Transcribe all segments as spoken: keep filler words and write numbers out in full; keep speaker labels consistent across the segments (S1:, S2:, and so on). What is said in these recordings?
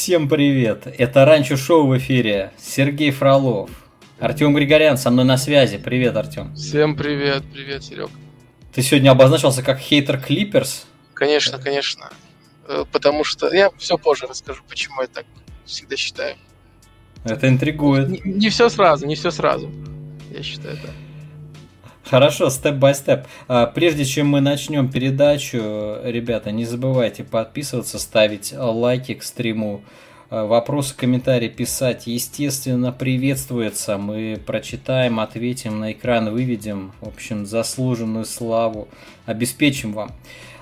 S1: Всем привет! Это Ранчо Шоу в эфире. Сергей Фролов. Артем Григорян со мной на связи. Привет, Артем.
S2: Всем привет, привет, Серег.
S1: Ты сегодня обозначился как хейтер Клиперс?
S2: Конечно, конечно. Потому что я все позже расскажу, почему я так всегда считаю.
S1: Это интригует.
S2: Не, не все сразу, не все сразу. Я считаю, да.
S1: Хорошо, степ-бай-степ. Прежде чем мы начнем передачу, ребята, не забывайте подписываться, ставить лайки к стриму, вопросы, комментарии писать, естественно, приветствуется. Мы прочитаем, ответим, на экран выведем. В общем, заслуженную славу обеспечим вам.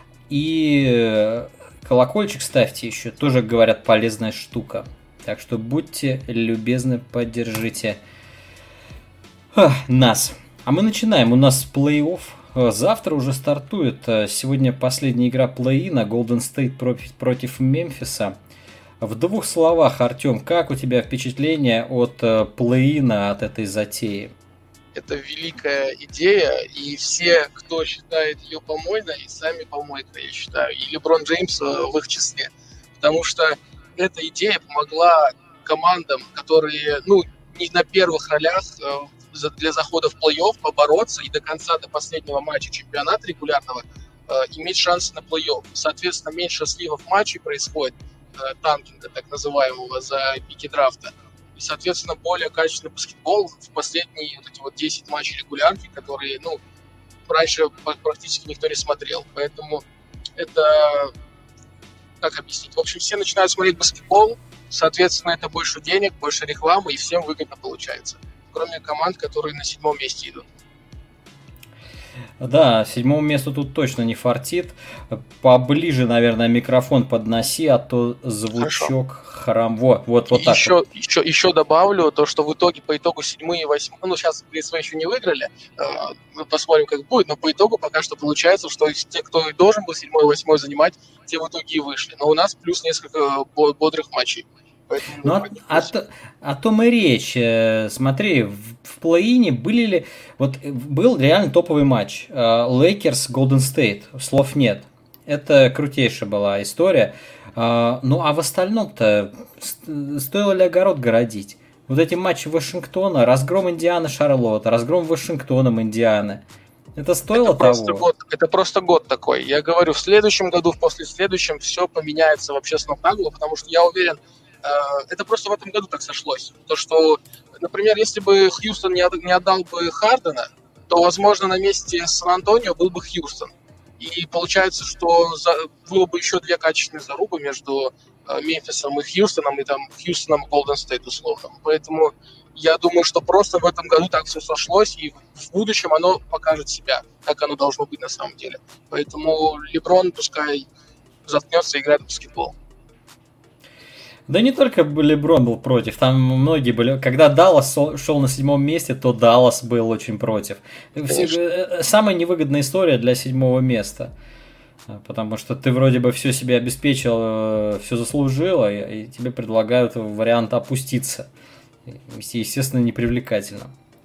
S1: И колокольчик ставьте еще, тоже, говорят, полезная штука. Так что будьте любезны, поддержите нас. А мы начинаем. У нас плей-офф. Завтра уже стартует. Сегодня последняя игра плей-ина. Golden State против Мемфиса. В двух словах, Артем, как у тебя впечатление от плей-ина, от этой затеи?
S2: Это великая идея, и все, кто считает ее помойной, и сами помойкой, я считаю, и Леброн Джеймс в их числе. Потому что эта идея помогла командам, которые, ну, не на первых ролях для захода в плей-офф, побороться и до конца, до последнего матча чемпионата регулярного э, иметь шансы на плей-офф. Соответственно, меньше сливов матчей происходит, э, танкинга так называемого, за пики драфта. И, соответственно, более качественный баскетбол в последние вот эти вот десять матчей регулярки, которые, ну, раньше практически никто не смотрел. Поэтому это, как объяснить? В общем, все начинают смотреть баскетбол, соответственно, это больше денег, больше рекламы, и всем выгодно получается. Кроме команд, которые на седьмом месте идут.
S1: Да, седьмому месту тут точно не фартит. Поближе, наверное, микрофон подноси, а то звучок храм. Вот, вот, вот так.
S2: Еще, вот. еще, еще добавлю то, что в итоге, по итогу седьмые и восьмые, ну, сейчас ГСВ еще не выиграли, мы посмотрим, как будет, но по итогу пока что получается, что те, кто должен был седьмой и восьмой занимать, те в итоге и вышли. Но у нас плюс несколько бодрых матчей.
S1: Ну, о, о, о том и речь. Смотри, в, в плей-ине были ли... Вот был реально топовый матч. Лейкерс, Golden State. Слов нет. Это крутейшая была история. Ну, а в остальном-то стоило ли огород городить? Вот эти матчи Вашингтона, разгром Индианы, Шарлотта, разгром Вашингтоном, Индианы. Это стоило
S2: это просто
S1: того?
S2: Год, это просто год такой. Я говорю, в следующем году, в последующем все поменяется вообще с ног на голову, потому что я уверен, это просто в этом году так сошлось. То, что, например, если бы Хьюстон не отдал бы Хардена, то, возможно, на месте Сан-Антонио был бы Хьюстон. И получается, что было бы еще две качественные зарубы между Мемфисом и Хьюстоном, и там Хьюстоном и Голден Стейт условно. Поэтому я думаю, что просто в этом году так все сошлось, и в будущем оно покажет себя, как оно должно быть на самом деле. Поэтому Леброн пускай заткнется и играет в баскетбол.
S1: Да не только Леброн был против, там многие были. Когда Даллас шел на седьмом месте, то Даллас был очень против. Конечно. Самая невыгодная история для седьмого места. Потому что ты вроде бы все себе обеспечил, все заслужил, и тебе предлагают вариант опуститься. Естественно, непривлекательно.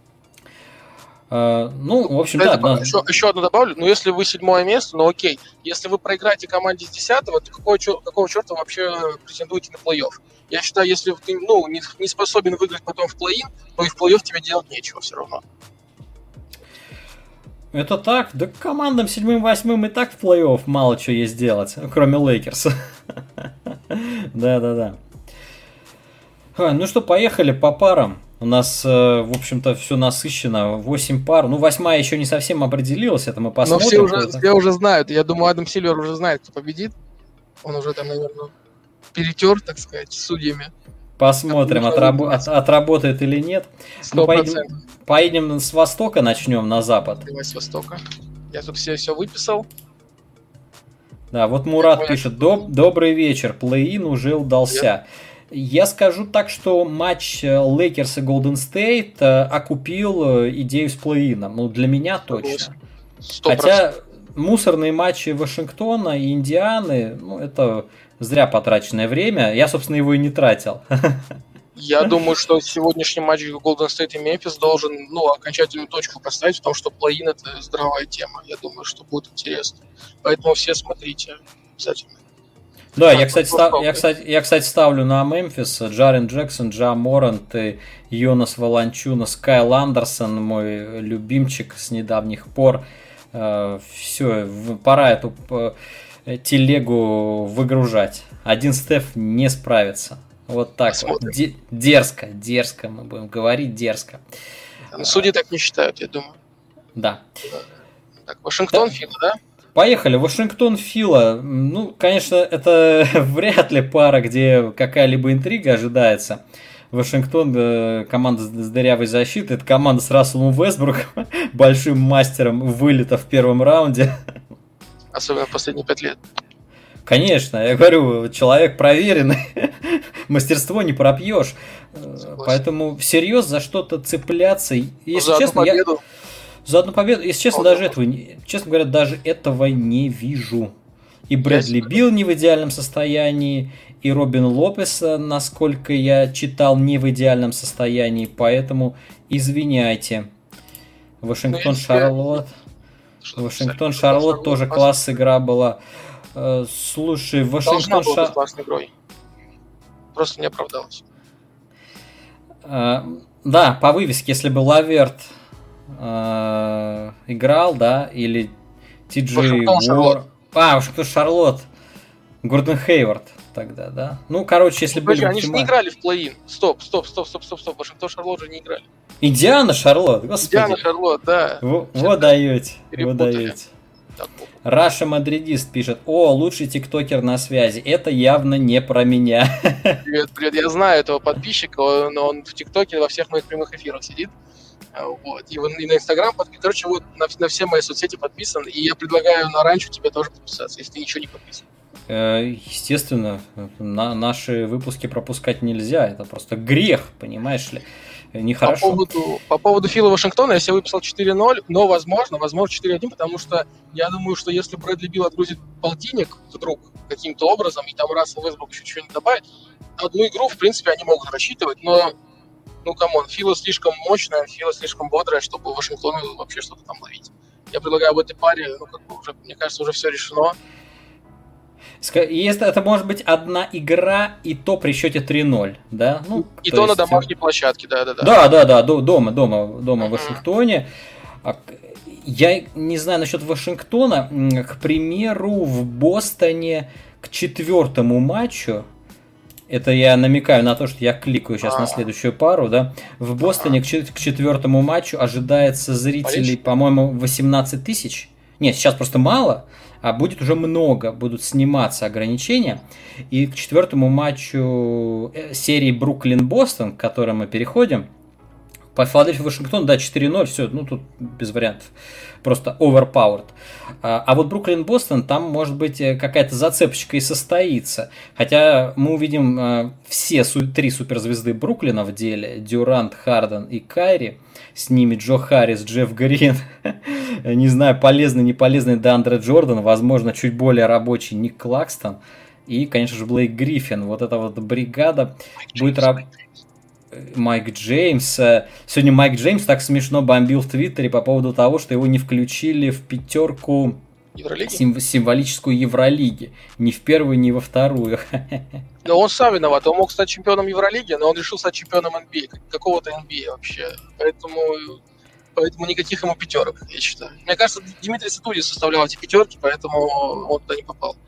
S1: Uh, ну, в общем,
S2: да.
S1: да.
S2: Еще, еще одно добавлю. Ну, если вы седьмое место, ну окей. Если вы проиграете команде с десятого, то какого, какого черта вы вообще претендуете на плей-офф? Я считаю, если ты ну, не, не способен выиграть потом в плей-ин, то и в плей-офф тебе делать нечего все равно.
S1: Это так? Да командам седьмым-восьмым и так в плей-офф мало чего есть делать, кроме Лейкерс. Да-да-да. Ну что, поехали по парам. У нас, в общем-то, все насыщенно. восемь пар. Ну, восьмая еще не совсем определилась. Это мы посмотрим.
S2: Но все уже, все уже знают. Я думаю, Адам Сильвер уже знает, кто победит. Он уже там, наверное, перетер, так сказать, с судьями.
S1: Посмотрим, отрабо- от, отработает или нет. Мы поедем, поедем с востока, начнем на запад.
S2: Давай с востока. Я тут все, все выписал.
S1: Да, вот Мурат Я пишет. Доб- Добрый вечер. Плей-ин уже удался. Я... Я скажу так, что матч Лейкерс и Голден Стейт окупил идею с плей-ином. Ну, для меня точно. сто процентов. Хотя мусорные матчи Вашингтона и Индианы, ну, это зря потраченное время. Я, собственно, его и не тратил.
S2: Я думаю, что сегодняшний матч Голден Стейт и Мемфис должен, ну, окончательную точку поставить в том, что плей-ин — это здоровая тема. Я думаю, что будет интересно. Поэтому все смотрите обязательно.
S1: Да, я кстати, став, я, кстати, я, кстати, ставлю на Мемфис Джарен Джексон, Джа Морант, и Йонас Волончунас, Кайл Андерсон, мой любимчик с недавних пор. Все, пора эту телегу выгружать. Один Стеф не справится. Вот так вот. Дерзко, дерзко мы будем говорить, дерзко.
S2: Судьи так не считают, я думаю.
S1: Да.
S2: Так, Вашингтон, Фила, да?
S1: Поехали. Вашингтон, Фила. Ну, конечно, это вряд ли пара, где какая-либо интрига ожидается. Вашингтон, команда с дырявой защитой, это команда с Расселом Уэстбруком, большим мастером вылета в первом раунде.
S2: Особенно в последние пять лет.
S1: Конечно, я говорю, человек проверенный, мастерство не пропьешь. Согласен. Поэтому всерьез за что-то цепляться, если за честно, я... За одну победу, если честно, даже этого, честно говоря, даже этого не вижу. И Брэдли Билл не в идеальном состоянии, и Робин Лопес, насколько я читал, не в идеальном состоянии, поэтому извиняйте. Вашингтон, Шарлотт. Вашингтон, Шарлотт тоже класс игра была. Слушай, Вашингтон, Шарлотт...
S2: классной игрой. Просто не оправдалась.
S1: Да, по вывеске, если бы Лаверт Uh, играл, да, или Ти Джей Уор... А, Вашингтон Шарлотт, Гордон Хейвард тогда, да. Ну, короче, если
S2: Подожди,
S1: были...
S2: Они же не играли в плей-ин. Стоп, стоп, стоп, стоп, стоп, стоп. Вашингтон Шарлотт же не играли.
S1: Индиана Шарлотт, господи.
S2: Индиана Шарлотт, да.
S1: Вы, вы даете, вы даете. Раша Мадридист пишет: о, лучший тиктокер на связи. Это явно не про меня.
S2: Привет, привет. Я знаю этого подписчика, но он в ТикТоке во всех моих прямых эфирах сидит. Вот. И, и на Инстаграм, короче, вот на, на все мои соцсети подписан, и я предлагаю на ранчо тебе тоже подписаться, если ты ничего не подписан.
S1: Естественно, на наши выпуски пропускать нельзя, это просто грех, понимаешь ли, нехорошо.
S2: По поводу, по поводу Фила Вашингтона я себе выписал четыре ноль, но возможно, возможно четыре один, потому что я думаю, что если Брэдли Билл отгрузит полтинник вдруг каким-то образом, и там Рассел Уэстбрук еще что-нибудь добавит, одну игру, в принципе, они могут рассчитывать, но ну, камон, Фила слишком мощная, Фила слишком бодрая, чтобы Вашингтону вообще что-то там ловить. Я предлагаю в этой паре, ну, как бы уже, мне кажется, уже все решено.
S1: Если это может быть одна игра, и то при счете три ноль, да? Ну,
S2: и
S1: то,
S2: то
S1: есть...
S2: на домашней площадке, да-да-да.
S1: Да-да-да, дома, дома, дома в Вашингтоне. Я не знаю насчет Вашингтона. К примеру, в Бостоне к четвертому матчу, это я намекаю на то, что я кликаю сейчас на следующую пару, да. В Бостоне к четвертому матчу ожидается зрителей, по-моему, восемнадцать тысяч. Нет, сейчас просто мало, а будет уже много, будут сниматься ограничения. И к четвертому матчу серии Бруклин-Бостон, к которой мы переходим, по Филадельфии Вашингтон, да, четыре ноль, все, ну тут без вариантов. Просто overpowered. А, а вот Бруклин-Бостон, там может быть какая-то зацепочка и состоится. Хотя мы увидим а, все су- три суперзвезды Бруклина в деле. Дюрант, Харден и Кайри. С ними Джо Харрис, Джефф Грин. Не знаю, полезный, не полезный Деандре Джордан. Возможно, чуть более рабочий Ник Клакстон. И, конечно же, Блейк Гриффин. Вот эта вот бригада будет работать. Майк Джеймс. Сегодня Майк Джеймс так смешно бомбил в Твиттере по поводу того, что его не включили в пятерку сим- символическую Евролиги. Ни в первую, ни во вторую.
S2: Но он сам виноват. Он мог стать чемпионом Евролиги, но он решил стать чемпионом эн би эй. Какого-то эн би эй вообще. Поэтому, поэтому никаких ему пятерок, я считаю. Мне кажется, Димитрий Сатудис составлял эти пятерки, поэтому он туда не попал.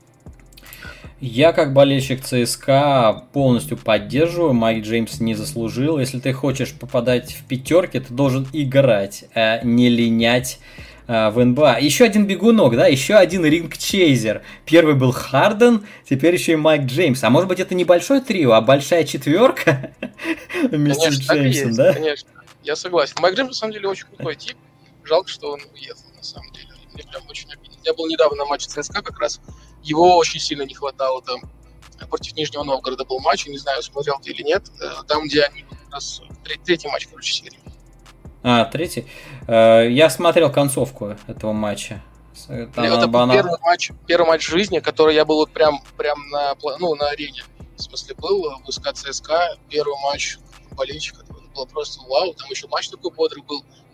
S1: Я, как болельщик ЦСКА, полностью поддерживаю. Майк Джеймс не заслужил. Если ты хочешь попадать в пятерки, ты должен играть, а не линять а, в эн би эй. Еще один бегунок, да, еще один ринг-чейзер. Первый был Харден, теперь еще и Майк Джеймс. А может быть, это небольшое трио, а большая четверка вместе с Джеймсом, да?
S2: Конечно, я согласен. Майк Джеймс, на самом деле, очень крутой тип. Жалко, что он уехал, на самом деле. Мне прям очень обидно. Я был недавно на матче ЦСКА как раз. Его очень сильно не хватало там. Против Нижнего Новгорода был матч, не знаю, смотрел ты или нет. Там, где они как раз третий матч, короче, серии.
S1: А, третий? Я смотрел концовку этого матча.
S2: Там это был она... первый, матч, первый матч в жизни, который я был вот прям, прям на, ну, на арене. В смысле, был в СКА ЦСКА. Первый матч болельщика. Это было просто вау. Там еще матч такой бодрый был.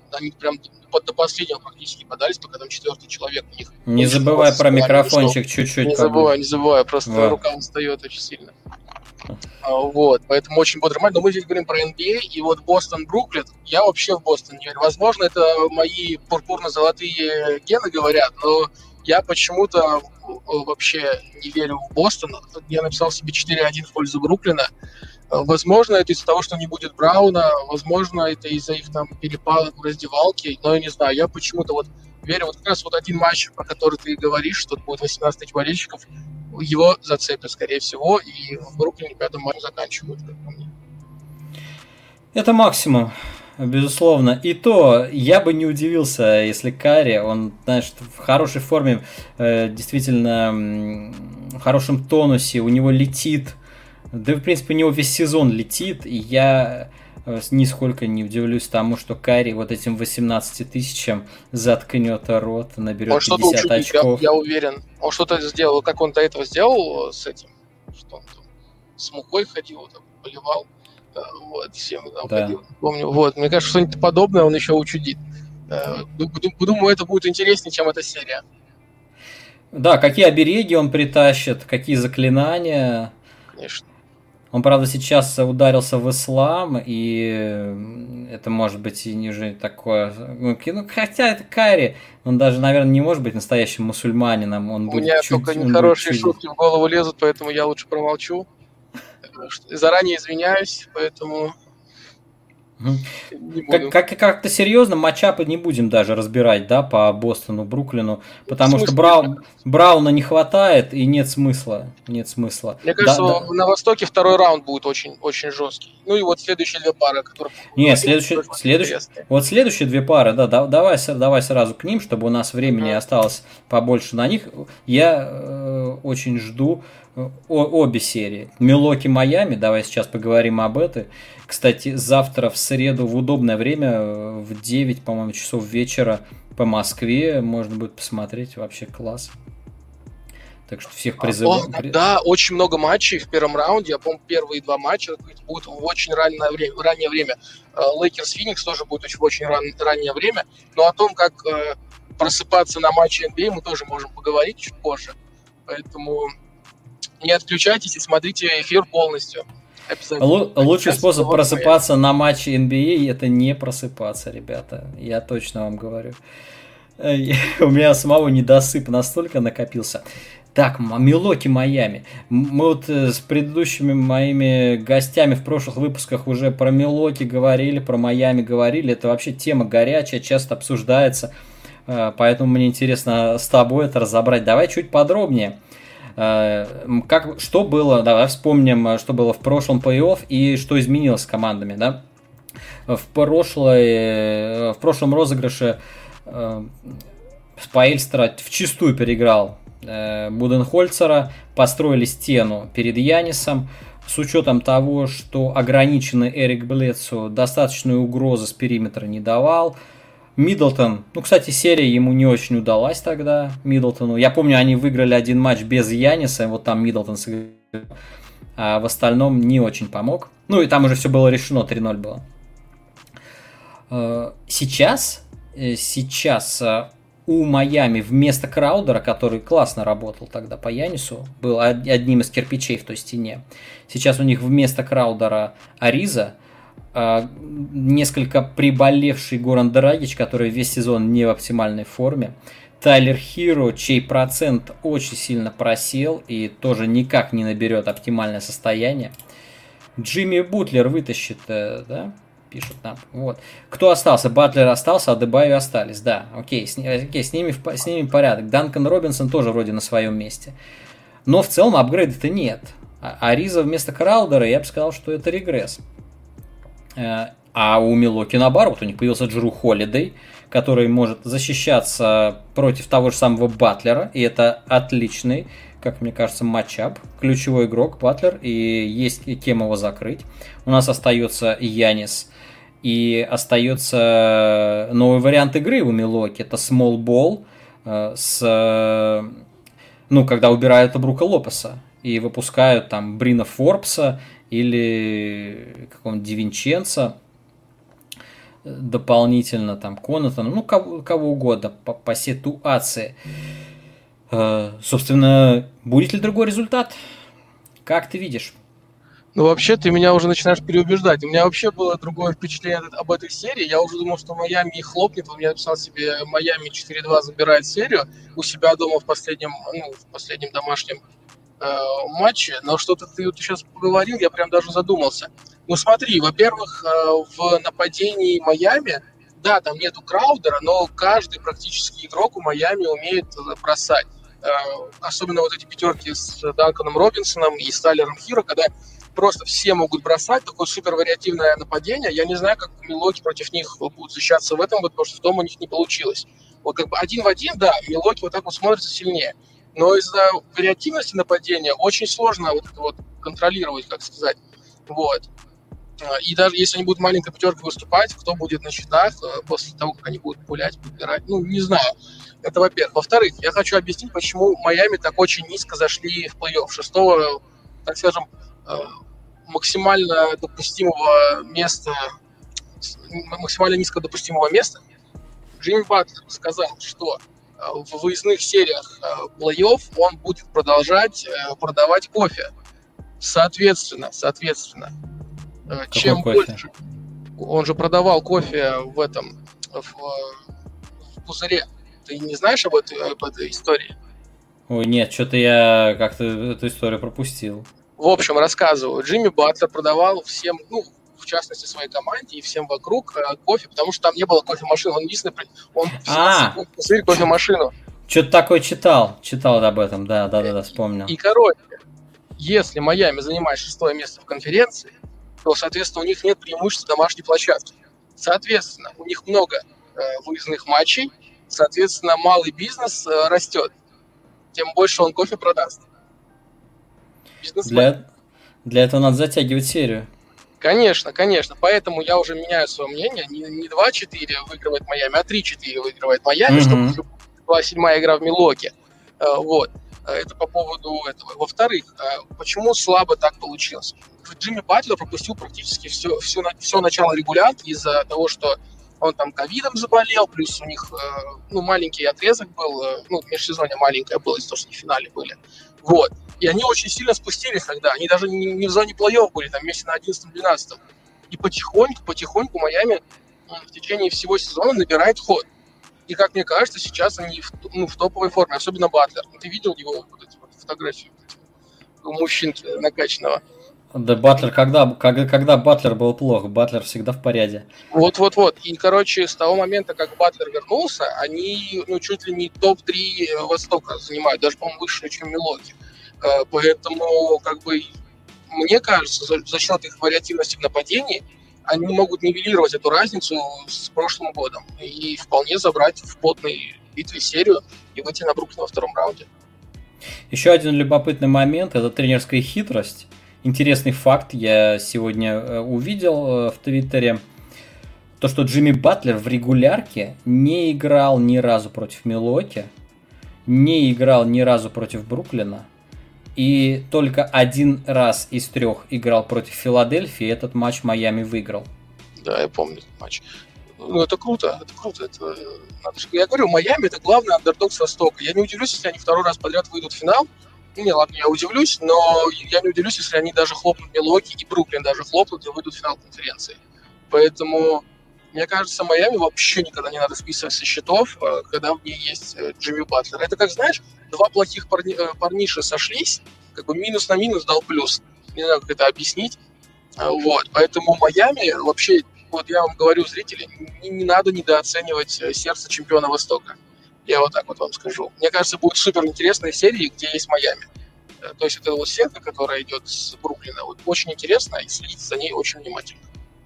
S2: они прям до, до последнего практически подались, пока там четвертый человек у них.
S1: Не забывай про микрофончик чуть-чуть.
S2: Не забывай, не забывай, просто вот. Рука устает очень сильно. Вот, поэтому очень бодрый матч. Но мы здесь говорим про эн би эй, и вот Бостон-Бруклин, я вообще в Бостон не верю. Возможно, это мои пурпурно-золотые гены говорят, но я почему-то вообще не верю в Бостон. Я написал себе четыре один в пользу Бруклина. Возможно, это из-за того, что не будет Брауна, возможно, это из-за их там перепалок в раздевалке, но я не знаю, я почему-то вот верю, вот как раз вот один матч, про который ты говоришь, что тут будет восемнадцать тысяч болельщиков, его зацепят, скорее всего, и в Бруклине пятом матче заканчивают, как по мне.
S1: Это максимум, безусловно. И то, я бы не удивился, если Карри, он, знаешь, в хорошей форме, действительно в хорошем тонусе, у него летит. Да, в принципе, у него весь сезон летит, и я нисколько не удивлюсь тому, что Карри вот этим восемнадцати тысячам заткнет рот, наберет он пятьдесят очков.
S2: Я, я уверен. Он что-то сделал, как он до этого сделал с этим, что он там с мукой ходил, там, поливал, вот, всем там да. ходил. Помню, вот, мне кажется, что-нибудь подобное он еще учудит. Думаю, это будет интереснее, чем эта серия.
S1: Да, какие обереги он притащит, какие заклинания.
S2: Конечно.
S1: Он, правда, сейчас ударился в ислам, и это может быть и ниже такое... Ну, хотя это Карри, он даже, наверное, не может быть настоящим мусульманином. Он
S2: У
S1: будет
S2: меня
S1: чуть,
S2: только нехорошие шутки в голову лезут, поэтому я лучше промолчу. Заранее извиняюсь, поэтому...
S1: Как, как, как-то серьезно матчапы не будем даже разбирать, да, по Бостону, Бруклину, потому что Брау... Брауна не хватает и нет смысла, нет смысла.
S2: Мне кажется, да, на да. Востоке второй раунд будет очень, очень жесткий. Ну и вот следующие две пары, которые...
S1: Нет, следующие, следующие, вот следующие две пары, да, да, давай, давай сразу к ним, чтобы у нас времени mm-hmm. осталось побольше на них. Я э, очень жду о, обе серии. Милоки, Майами, давай сейчас поговорим об этой. Кстати, завтра в среду в удобное время, в девять, по-моему, часов вечера по Москве можно будет посмотреть. Вообще класс. Так что всех призываю.
S2: А, да, очень много матчей в первом раунде. Я помню, первые два матча будут в очень раннее время. Раннее время. Лейкерс Феникс тоже будет очень, в очень ран, раннее время. Но о том, как э, просыпаться на матче эн би эй, мы тоже можем поговорить чуть позже. Поэтому не отключайтесь и смотрите эфир полностью.
S1: Л- лучший способ просыпаться на матче эн би эй — это не просыпаться, ребята. Я точно вам говорю. У меня самого недосып настолько накопился. Так, Милоки, Майами. Мы вот с предыдущими моими гостями в прошлых выпусках уже про Милоки говорили, про Майами говорили. Это вообще тема горячая, часто обсуждается. Поэтому мне интересно с тобой это разобрать. Давай чуть подробнее. Как, что было, давай вспомним, что было в прошлом плей-офф и что изменилось с командами, да? В, прошлой, в прошлом розыгрыше Споэльстра вчистую переиграл Буденхольцера, построили стену перед Янисом. С учетом того, что ограниченный Эрик Блэдсо достаточной угрозы с периметра не давал. Миддлтон, ну, кстати, серия ему не очень удалась тогда, Миддлтону. Я помню, они выиграли один матч без Яниса, вот там Миддлтон сыграл, а в остальном не очень помог. Ну, и там уже все было решено, три ноль было. Сейчас, сейчас у Майами вместо Краудера, который классно работал тогда по Янису, был одним из кирпичей в той стене, сейчас у них вместо Краудера Ариза, несколько приболевший Горан Драгич, который весь сезон не в оптимальной форме. Тайлер Хиро, чей процент очень сильно просел и тоже никак не наберет оптимальное состояние. Джимми Бутлер вытащит, да, пишут нам. Вот. Кто остался? Батлер остался, а Адебайо остались. Да, окей, с, окей с, ними, с ними порядок. Данкан Робинсон тоже вроде на своем месте. Но в целом апгрейда-то нет. Ариза вместо Краудера, я бы сказал, что это регресс. А у Милоки наоборот, у них появился Джру Холидей, который может защищаться против того же самого Батлера, и это отличный, как мне кажется, матчап. Ключевой игрок Батлер, и есть кем его закрыть. У нас остается Янис, и остается новый вариант игры у Милоки, это small ball, с, ну, когда убирают Брука Лопеса и выпускают там Брина Форбса или какого-нибудь Ди Винченца. дополнительно там Конатон, ну, кого, кого угодно по, по ситуации. Э, собственно, будет ли другой результат? Как ты видишь?
S2: Ну, вообще, ты меня уже начинаешь переубеждать. У меня вообще было другое впечатление об этой серии. Я уже думал, что Майами их хлопнет. Он мне написал себе, Майами четыре-два забирает серию у себя дома в последнем, ну, в последнем домашнем э, матче. Но что-то ты вот сейчас поговорил, я прям даже задумался. Ну, смотри, во-первых, э, в нападении Майами, да, там нету Краудера, но каждый практически игрок у Майами умеет бросать. Э, особенно вот эти пятерки с Данканом Робинсоном и с Тайлером Хиро, когда просто все могут бросать, такое супер вариативное нападение. Я не знаю, как Милоки против них будут защищаться в этом году, потому что в том у них не получилось. Вот как бы один в один, да, Милоки вот так вот смотрится сильнее. Но из-за вариативности нападения очень сложно вот это вот контролировать, как сказать. Вот. И даже если они будут маленькой пятеркой выступать, кто будет на счетах после того, как они будут пулять, подбирать, ну, не знаю. Это во-первых. Во-вторых, я хочу объяснить, почему Майами так очень низко зашли в плей-офф. Шестого, так скажем, максимально допустимого места, максимально низко допустимого места, Джимми Батлер сказал, что в выездных сериях плей-офф он будет продолжать продавать кофе. Соответственно, соответственно,
S1: Какой
S2: чем
S1: кофе?
S2: больше... Он же продавал кофе в этом, в, в пузыре. Ты не знаешь об этой, об этой истории?
S1: Ой, нет, что-то я как-то эту историю пропустил.
S2: В общем, рассказываю. Джимми Батлер продавал всем, ну, в частности, своей команде и всем вокруг кофе, потому что там не было кофемашин. Он единственный, он
S1: А,
S2: взял кофемашину.
S1: Что-то такое читал, читал об этом, да, да, да, да, вспомнил.
S2: И, короче, если Майами занимает шестое место в конференции, то, соответственно, у них нет преимущества домашней площадки. Соответственно, у них много э, выездных матчей, соответственно, малый бизнес э, растет. Тем больше он кофе продаст.
S1: Для, для этого надо затягивать серию.
S2: Конечно, конечно. Поэтому я уже меняю свое мнение. Не, не два-четыре выигрывает Майами, а три-четыре выигрывает Майами, mm-hmm. чтобы была седьмая игра в Милуоке. Э, вот. Это по поводу этого. Во-вторых, почему слабо так получилось? Джимми Батлер пропустил практически все, все, все начало регулярки из-за того, что он там ковидом заболел, плюс у них ну, маленький отрезок был, ну, межсезонье маленькое было, из-за того, что они в финале были. Вот. И они очень сильно спустились тогда. Они даже не, не в зоне плей-офф были, там вместе на одиннадцатом-двенадцатом. И потихоньку, потихоньку Майами в течение всего сезона набирает ход. И, как мне кажется, сейчас они в, ну, в топовой форме, особенно Батлер. Ты видел его вот эти вот фотографии у мужчинки накачанного?
S1: Да, Батлер, когда, когда, когда Батлер был плох, Батлер всегда в порядке.
S2: Вот-вот-вот. И, короче, с того момента, как Батлер вернулся, они, ну, чуть ли не топ-три Востока занимают, даже, по-моему, выше, чем Милуоки. Поэтому, как бы, мне кажется, за, за счет их вариативности в нападении, они могут нивелировать эту разницу с прошлым годом и вполне забрать в плотной битве серию и выйти на Бруклин во втором раунде.
S1: Еще один любопытный момент – это тренерская хитрость. Интересный факт я сегодня увидел в Твиттере. То, что Джимми Батлер в регулярке не играл ни разу против Милуоки, не играл ни разу против Бруклина, и только один раз из трех играл против Филадельфии, и этот матч Майами выиграл.
S2: Да, я помню этот матч. Ну, это круто, это круто. Это... Я говорю, Майами – это главный андердог с Востока. Я не удивлюсь, если они второй раз подряд выйдут в финал. Не, ладно, я удивлюсь, но я не удивлюсь, если они даже хлопнут Милуоки, и Бруклин даже хлопнут и выйдут в финал конференции. Поэтому, мне кажется, Майами вообще никогда не надо списывать со счетов, когда в ней есть Джимми Батлер. Это как, знаешь, два плохих парни... парниша сошлись, как бы минус на минус дал плюс. Не знаю, как это объяснить. Вот, поэтому Майами вообще, вот я вам говорю, зрители, не, не надо недооценивать сердце чемпиона Востока. Я вот так вот вам скажу. Мне кажется, будет супер интересная серия, где есть Майами. То есть это вот сетка, которая идет с Бруклина, вот, очень интересно, и следить за ней очень внимательно.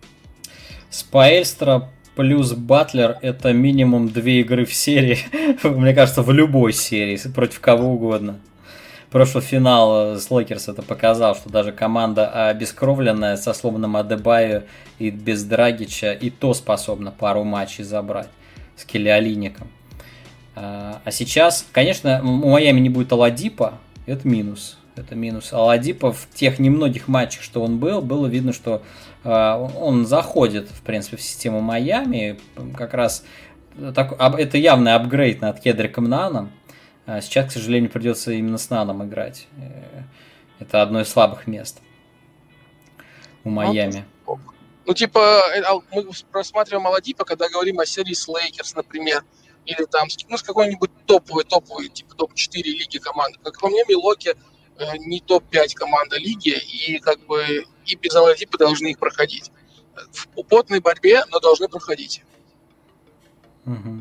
S1: Споэльстра плюс Батлер – это минимум две игры в серии, мне кажется, в любой серии, против кого угодно. Прошлый финал с Лейкерс это показал, что даже команда обескровленная со сломанным Адебайо и без Драгича и то способна пару матчей забрать с Келли Олинником. А сейчас, конечно, у Майами не будет Оладипа, это минус. Это минус. Аладипо в тех немногих матчах, что он был, было видно, что э, он заходит, в принципе, в систему Майами. Как раз так, это явный апгрейд над Кедриком Наном. А сейчас, к сожалению, придется именно с Наном играть. Это одно из слабых мест у Майами.
S2: Ну, типа, мы просматриваем Аладипо, когда говорим о серии с Лейкерс, например, или там, ну, с какой-нибудь топовой, топовой, типа топ четыре лиги команды. Как по мне, Милоки э, не топ пять команда лиги, и как бы и без Аладипо должны их проходить. В потной борьбе, но должны проходить.
S1: Угу.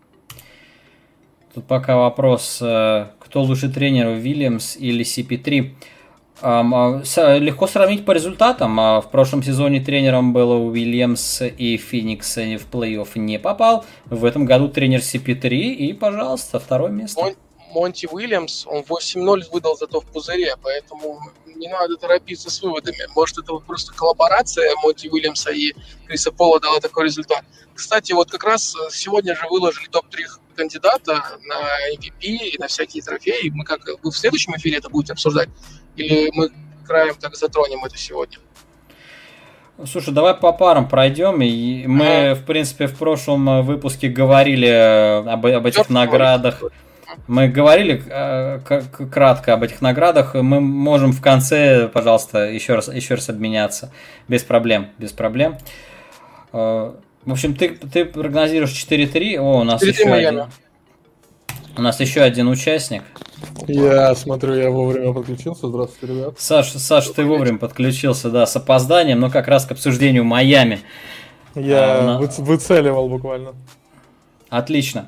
S1: Тут пока вопрос, кто лучше тренер, Уильямс или си пи три. Легко сравнить по результатам. В прошлом сезоне тренером был Уильямс, и Феникс в плей-офф не попал. В этом году тренер си пи три, и, пожалуйста, второе место.
S2: Мон- Монти Уильямс, он восемь ноль выдал зато в пузыре, поэтому не надо торопиться с выводами. Может, это вот просто коллаборация Монти Уильямса и Криса Пола дала такой результат. Кстати, вот как раз сегодня же выложили топ три кандидата на эм ви пи и на всякие трофеи. Мы как, вы в следующем эфире это будете обсуждать? Или мы краем так затронем это сегодня?
S1: Слушай, давай по парам пройдем. И мы, а. в принципе, в прошлом выпуске говорили об, об этих Черт наградах. Мой. Мы говорили э, к- кратко об этих наградах. Мы можем в конце, пожалуйста, еще раз, еще раз обменяться. Без проблем. Без проблем. Э, в общем, ты, ты прогнозируешь четыре три. О, у нас еще один. У нас еще один участник.
S3: Я смотрю, я вовремя подключился. Здравствуйте, ребят.
S1: Саш, Саш, ты вовремя подключился, да, с опозданием, но как раз к обсуждению Майами.
S3: Я а, вы, выцеливал буквально.
S1: Отлично.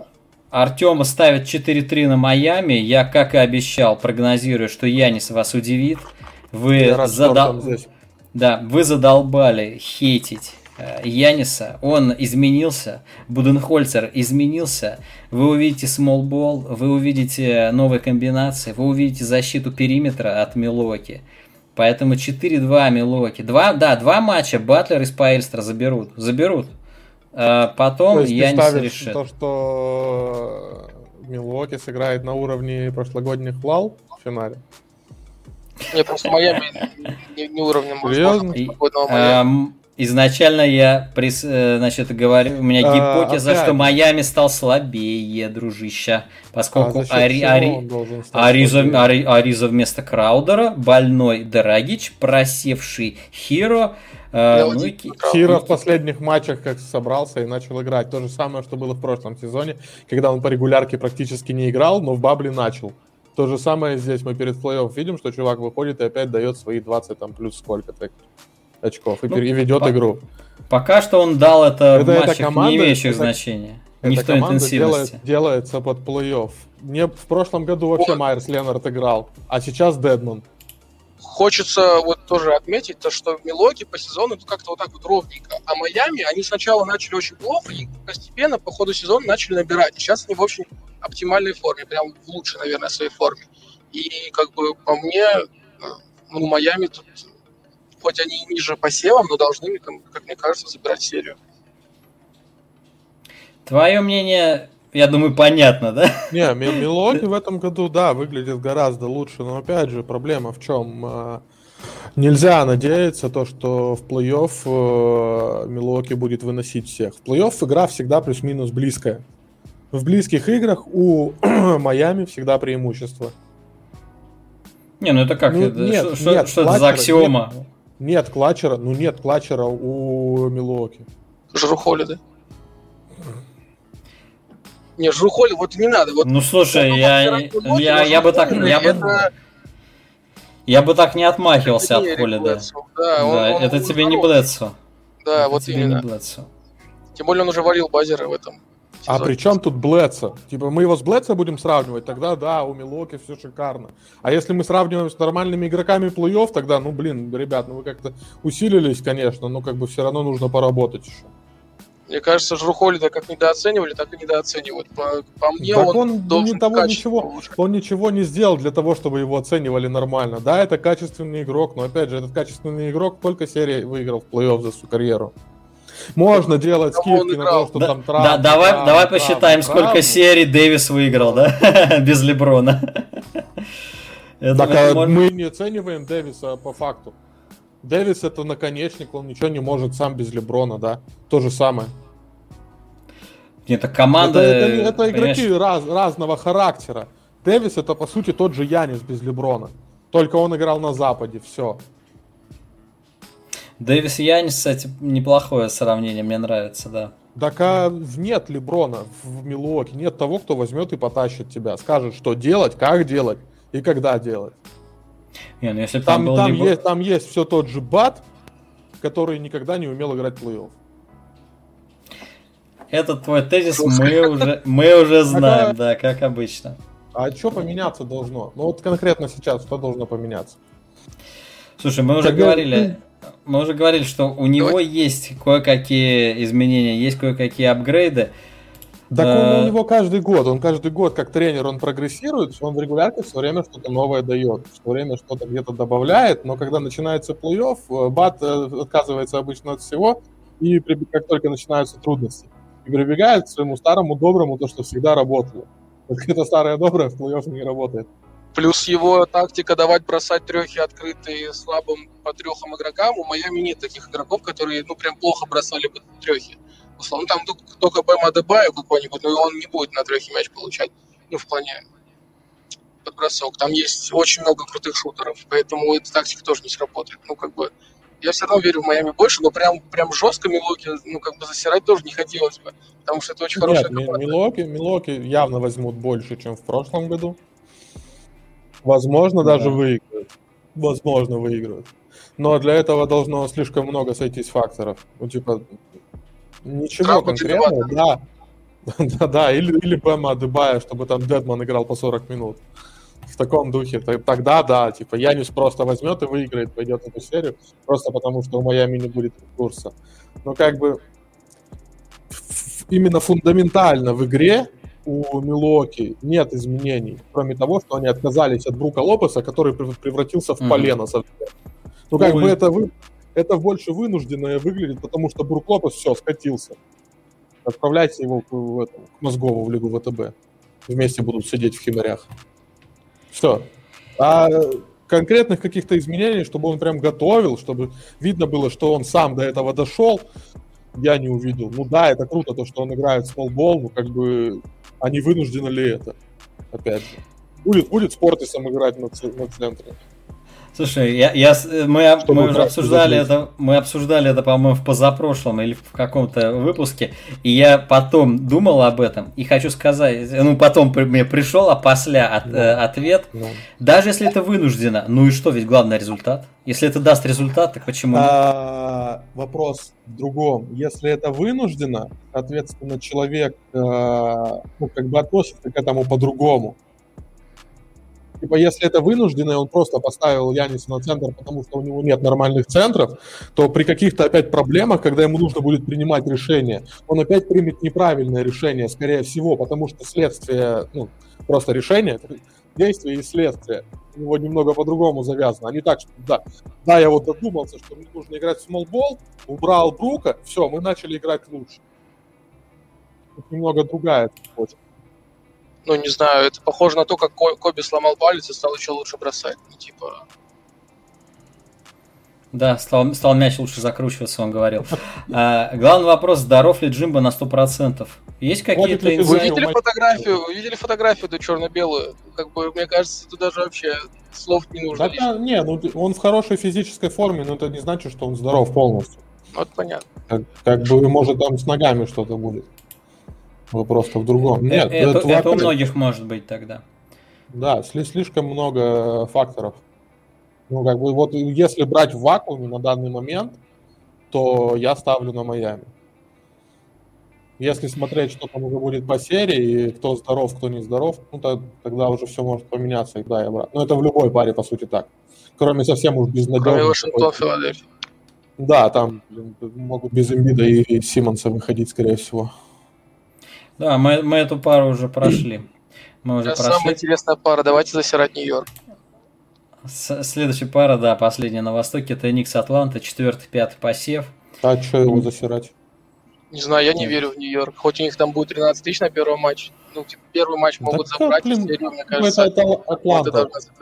S1: Артем ставит четыре три на Майами. Я, как и обещал, прогнозирую, что Янис вас удивит. Вы, рад, задол... да, вы задолбали хейтить Яниса. Он изменился. Буденхольцер изменился. Вы увидите смолбол, вы увидите новые комбинации, вы увидите защиту периметра от Милуоки. Поэтому четыре два Милуоки. Два, да, два матча Батлер и Спаэльстра заберут. Заберут. А потом Янис решит.
S3: То, что Милуоки сыграет на уровне прошлогодних Вал в финале?
S2: Нет, просто Майами не, не уровнем прошлогоднего Майами.
S1: Изначально я, значит, говорю, у меня гипотеза, а, что Майами стал слабее, дружища, поскольку а Ари, Ари, Ариза, Ари, Ариза вместо Краудера, больной Драгич, просевший Хиро.
S3: Э, ну, и... Хиро в последних матчах как собрался и начал играть. То же самое, что было в прошлом сезоне, когда он по регулярке практически не играл, но в бабле начал. То же самое здесь мы перед плей-офф видим, что чувак выходит и опять дает свои двадцать там плюс сколько-то очков и, ну, и ведет по- игру.
S1: Пока что он дал это, это в матчах, команда, не имеющих это, значения. Не в той интенсивности.
S3: Делает, делается под плей-офф. Мне в прошлом году вообще вот. Майерс Ленард играл, а сейчас Дедмон.
S2: Хочется вот тоже отметить, то, что Милоки по сезону как-то вот так вот ровненько. А Майами, они сначала начали очень плохо, и постепенно по ходу сезона начали набирать. И сейчас они в очень оптимальной форме, прям в лучшей, наверное, своей форме. И как бы по мне, ну, Майами тут... Хоть они и ниже по севам, но должны, как мне кажется, забирать серию.
S1: Твое мнение, я думаю, понятно, да?
S3: Не, Милуоки в этом году, да, выглядит гораздо лучше, но опять же, проблема в чем? Нельзя надеяться то, что в плей-офф Милуоки будет выносить всех. В плей-офф игра всегда плюс-минус близкая. В близких играх у Майами всегда преимущество.
S1: Не, ну это как? Ну, это, нет, что нет, что это за аксиома?
S3: Нет. Нет клатчера, ну нет клатчера у Милуоки.
S2: Жру Холлиday. Не, Жру Холлиday, вот не надо. Вот,
S1: ну слушай, я, Милуоки, я, я бы так, я бы, это... я бы так не отмахивался от Холлиday. Да, да, он, он, это он тебе не Блэдсо.
S2: Да,
S1: это
S2: вот
S1: тебе
S2: именно.
S1: Не Блэдсо.
S2: Тем более он уже валил базера в этом.
S3: А при чем тут Блэдсо? Типа мы его с Блэдсо будем сравнивать, тогда да, у Милуоки все шикарно. А если мы сравниваем с нормальными игроками плей-офф, тогда, ну блин, ребят, ну вы как-то усилились, конечно, но как бы все равно нужно поработать еще.
S2: Мне кажется, Жру Холлиday как недооценивали, так и недооценивают. По, по мне
S3: так
S2: он,
S3: он
S2: должен
S3: не того, ничего, он ничего не сделал для того, чтобы его оценивали нормально. Да, это качественный игрок, но опять же, этот качественный игрок только серии выиграл в плей-офф за всю карьеру. Можно делать скидки на то, что
S1: да,
S3: там травмы.
S1: Да, давай,
S3: травмы,
S1: давай
S3: травмы,
S1: посчитаем,
S3: травмы.
S1: сколько серий Дэвис выиграл, да? Без Леброна.
S3: Это, так это а может... мы не оцениваем Дэвиса по факту. Дэвис это наконечник, он ничего не может сам без Леброна, да? То же самое.
S1: Это команда...
S3: Это, это, это игроки раз, разного характера. Дэвис это по сути тот же Янис без Леброна. Только он играл на Западе, все.
S1: Дэвис и Янис, кстати, неплохое сравнение, мне нравится, да.
S3: Так а нет Леброна в Милуоки, нет того, кто возьмет и потащит тебя, скажет, что делать, как делать и когда делать.
S1: Не, ну если
S3: там,
S1: там,
S3: там,
S1: Лебр...
S3: есть, там есть все тот же Бат, который никогда не умел играть в плей-офф.
S1: Этот твой тезис мы уже, мы уже знаем, да, как обычно.
S3: А что поменяться должно? Ну вот конкретно сейчас что должно поменяться?
S1: Слушай, мы уже Тогда... говорили... Мы уже говорили, что у него Давай. есть кое-какие изменения, есть кое-какие апгрейды.
S3: Так он у него каждый год, он каждый год как тренер, он прогрессирует, он в регулярке все время что-то новое дает, все время что-то где-то добавляет, но когда начинается плей-офф, Бат отказывается обычно от всего, и как только начинаются трудности, и прибегает к своему старому доброму, то, что всегда работало. Это старое доброе в плей-офф не работает.
S2: Плюс его тактика давать бросать трехи открытые слабым по трехам игрокам. У Майами нет таких игроков, которые ну прям плохо бросали бы трехи. Условно, там только Бэм Адебайо какой-нибудь, но он не будет на трехе мяч получать. Ну, в плане подбросок. Там есть очень много крутых шутеров, поэтому эта тактика тоже не сработает. Ну, как бы, я все равно верю в Майами больше, но прям, прям жестко Милуоки, ну, как бы засирать тоже не хотелось бы, потому что это очень хорошая
S3: Нет, команда. Милуоки, Милуоки явно возьмут больше, чем в прошлом году. Возможно, даже да. выиграют. Возможно, выиграют. Но для этого должно слишком много сойтись факторов. Ну, типа, ничего Трамп конкретного, да. да. Да, или, или Бэма Адебайо, чтобы там Дедман играл по сорок минут. В таком духе. Тогда, да, типа, Янис просто возьмет и выиграет, пойдет эту серию, просто потому что у Майами не будет ресурса. Но как бы именно фундаментально в игре у Милуоки нет изменений, кроме того, что они отказались от Брука Лопеса, который превратился в полено. Mm-hmm. Ну, как ну, бы и... это, вы... это больше вынужденное выглядит, потому что Брук Лопес все, скатился. Отправляйте его к, в этом, к Мозгову в Лигу ВТБ. Вместе будут сидеть в химарях. Все. А конкретных каких-то изменений, чтобы он прям готовил, чтобы видно было, что он сам до этого дошел, я не увидел. Ну да, это круто, то, что он играет в смолбол, ну как бы, а не вынуждены ли это? Опять же. Будет, будет с Портисом играть на, на центре.
S1: Слушай, я, я, мы, мы уже обсуждали это, мы обсуждали это, по-моему, в позапрошлом или в каком-то выпуске, и я потом думал об этом, и хочу сказать, ну, потом мне пришел, а после от, no. э, ответ, no. даже если это вынуждено, ну и что, ведь главный результат? Если это даст результат, так почему нет?
S3: А, вопрос в другом. Если это вынуждено, соответственно, человек э, ну, как бы относится к этому по-другому. Типа, если это вынужденное, он просто поставил Яниса на центр, потому что у него нет нормальных центров, то при каких-то опять проблемах, когда ему нужно будет принимать решение, он опять примет неправильное решение, скорее всего, потому что следствие, ну, просто решение, действие и следствие у него немного по-другому завязано. А не так, что да, да, я вот додумался, что мне нужно играть в смолбол, убрал Брука, все, мы начали играть лучше. Тут немного другая цепочка.
S2: Ну, не знаю, это похоже на то, как Коби сломал палец и стал еще лучше бросать. Ну, типа...
S1: Да, стал, стал мяч лучше закручиваться, он говорил. А, главный вопрос, здоров ли Джимбо на сто процентов? Есть какие-то инсайты?
S2: Вы видели фотографию, вы видели фотографию эту черно-белую? Как бы, мне кажется, тут даже вообще слов не нужно.
S3: Да, не, ну он в хорошей физической форме, но это не значит, что он здоров полностью.
S2: Вот понятно.
S3: Как, как бы, может, там с ногами что-то будет. Вопрос-то в другом. Нет,
S1: это, это, это у многих может быть тогда.
S3: Да, слишком много факторов. Ну, как бы, вот если брать в вакууме на данный момент, то я ставлю на Майами. Если смотреть, что там уже будет по серии, и кто здоров, кто не здоров, ну, то, тогда уже все может поменяться, и да, и обратно. Ну, это в любой паре, по сути, так. Кроме совсем уж безнадежных.
S2: Кроме Вашингтон, Филадельфия.
S3: Да, там могут без Эмбида и Симмонса выходить, скорее всего.
S1: Да, мы, мы эту пару уже прошли. Мы уже прошли.
S2: Самая интересная пара. Давайте засирать Нью-Йорк.
S1: С- следующая пара, да, последняя на Востоке. Это Никс Атланта, четвертый, пятый посев.
S3: А что его засирать?
S2: Не знаю, я не верю в Нью-Йорк. Хоть у них там будет тринадцать тысяч на первый матч. Ну, типа, первый матч могут
S3: да
S2: забрать
S3: как,
S2: в серию, мне кажется.
S3: Это, это Атланта.
S2: должна забирать.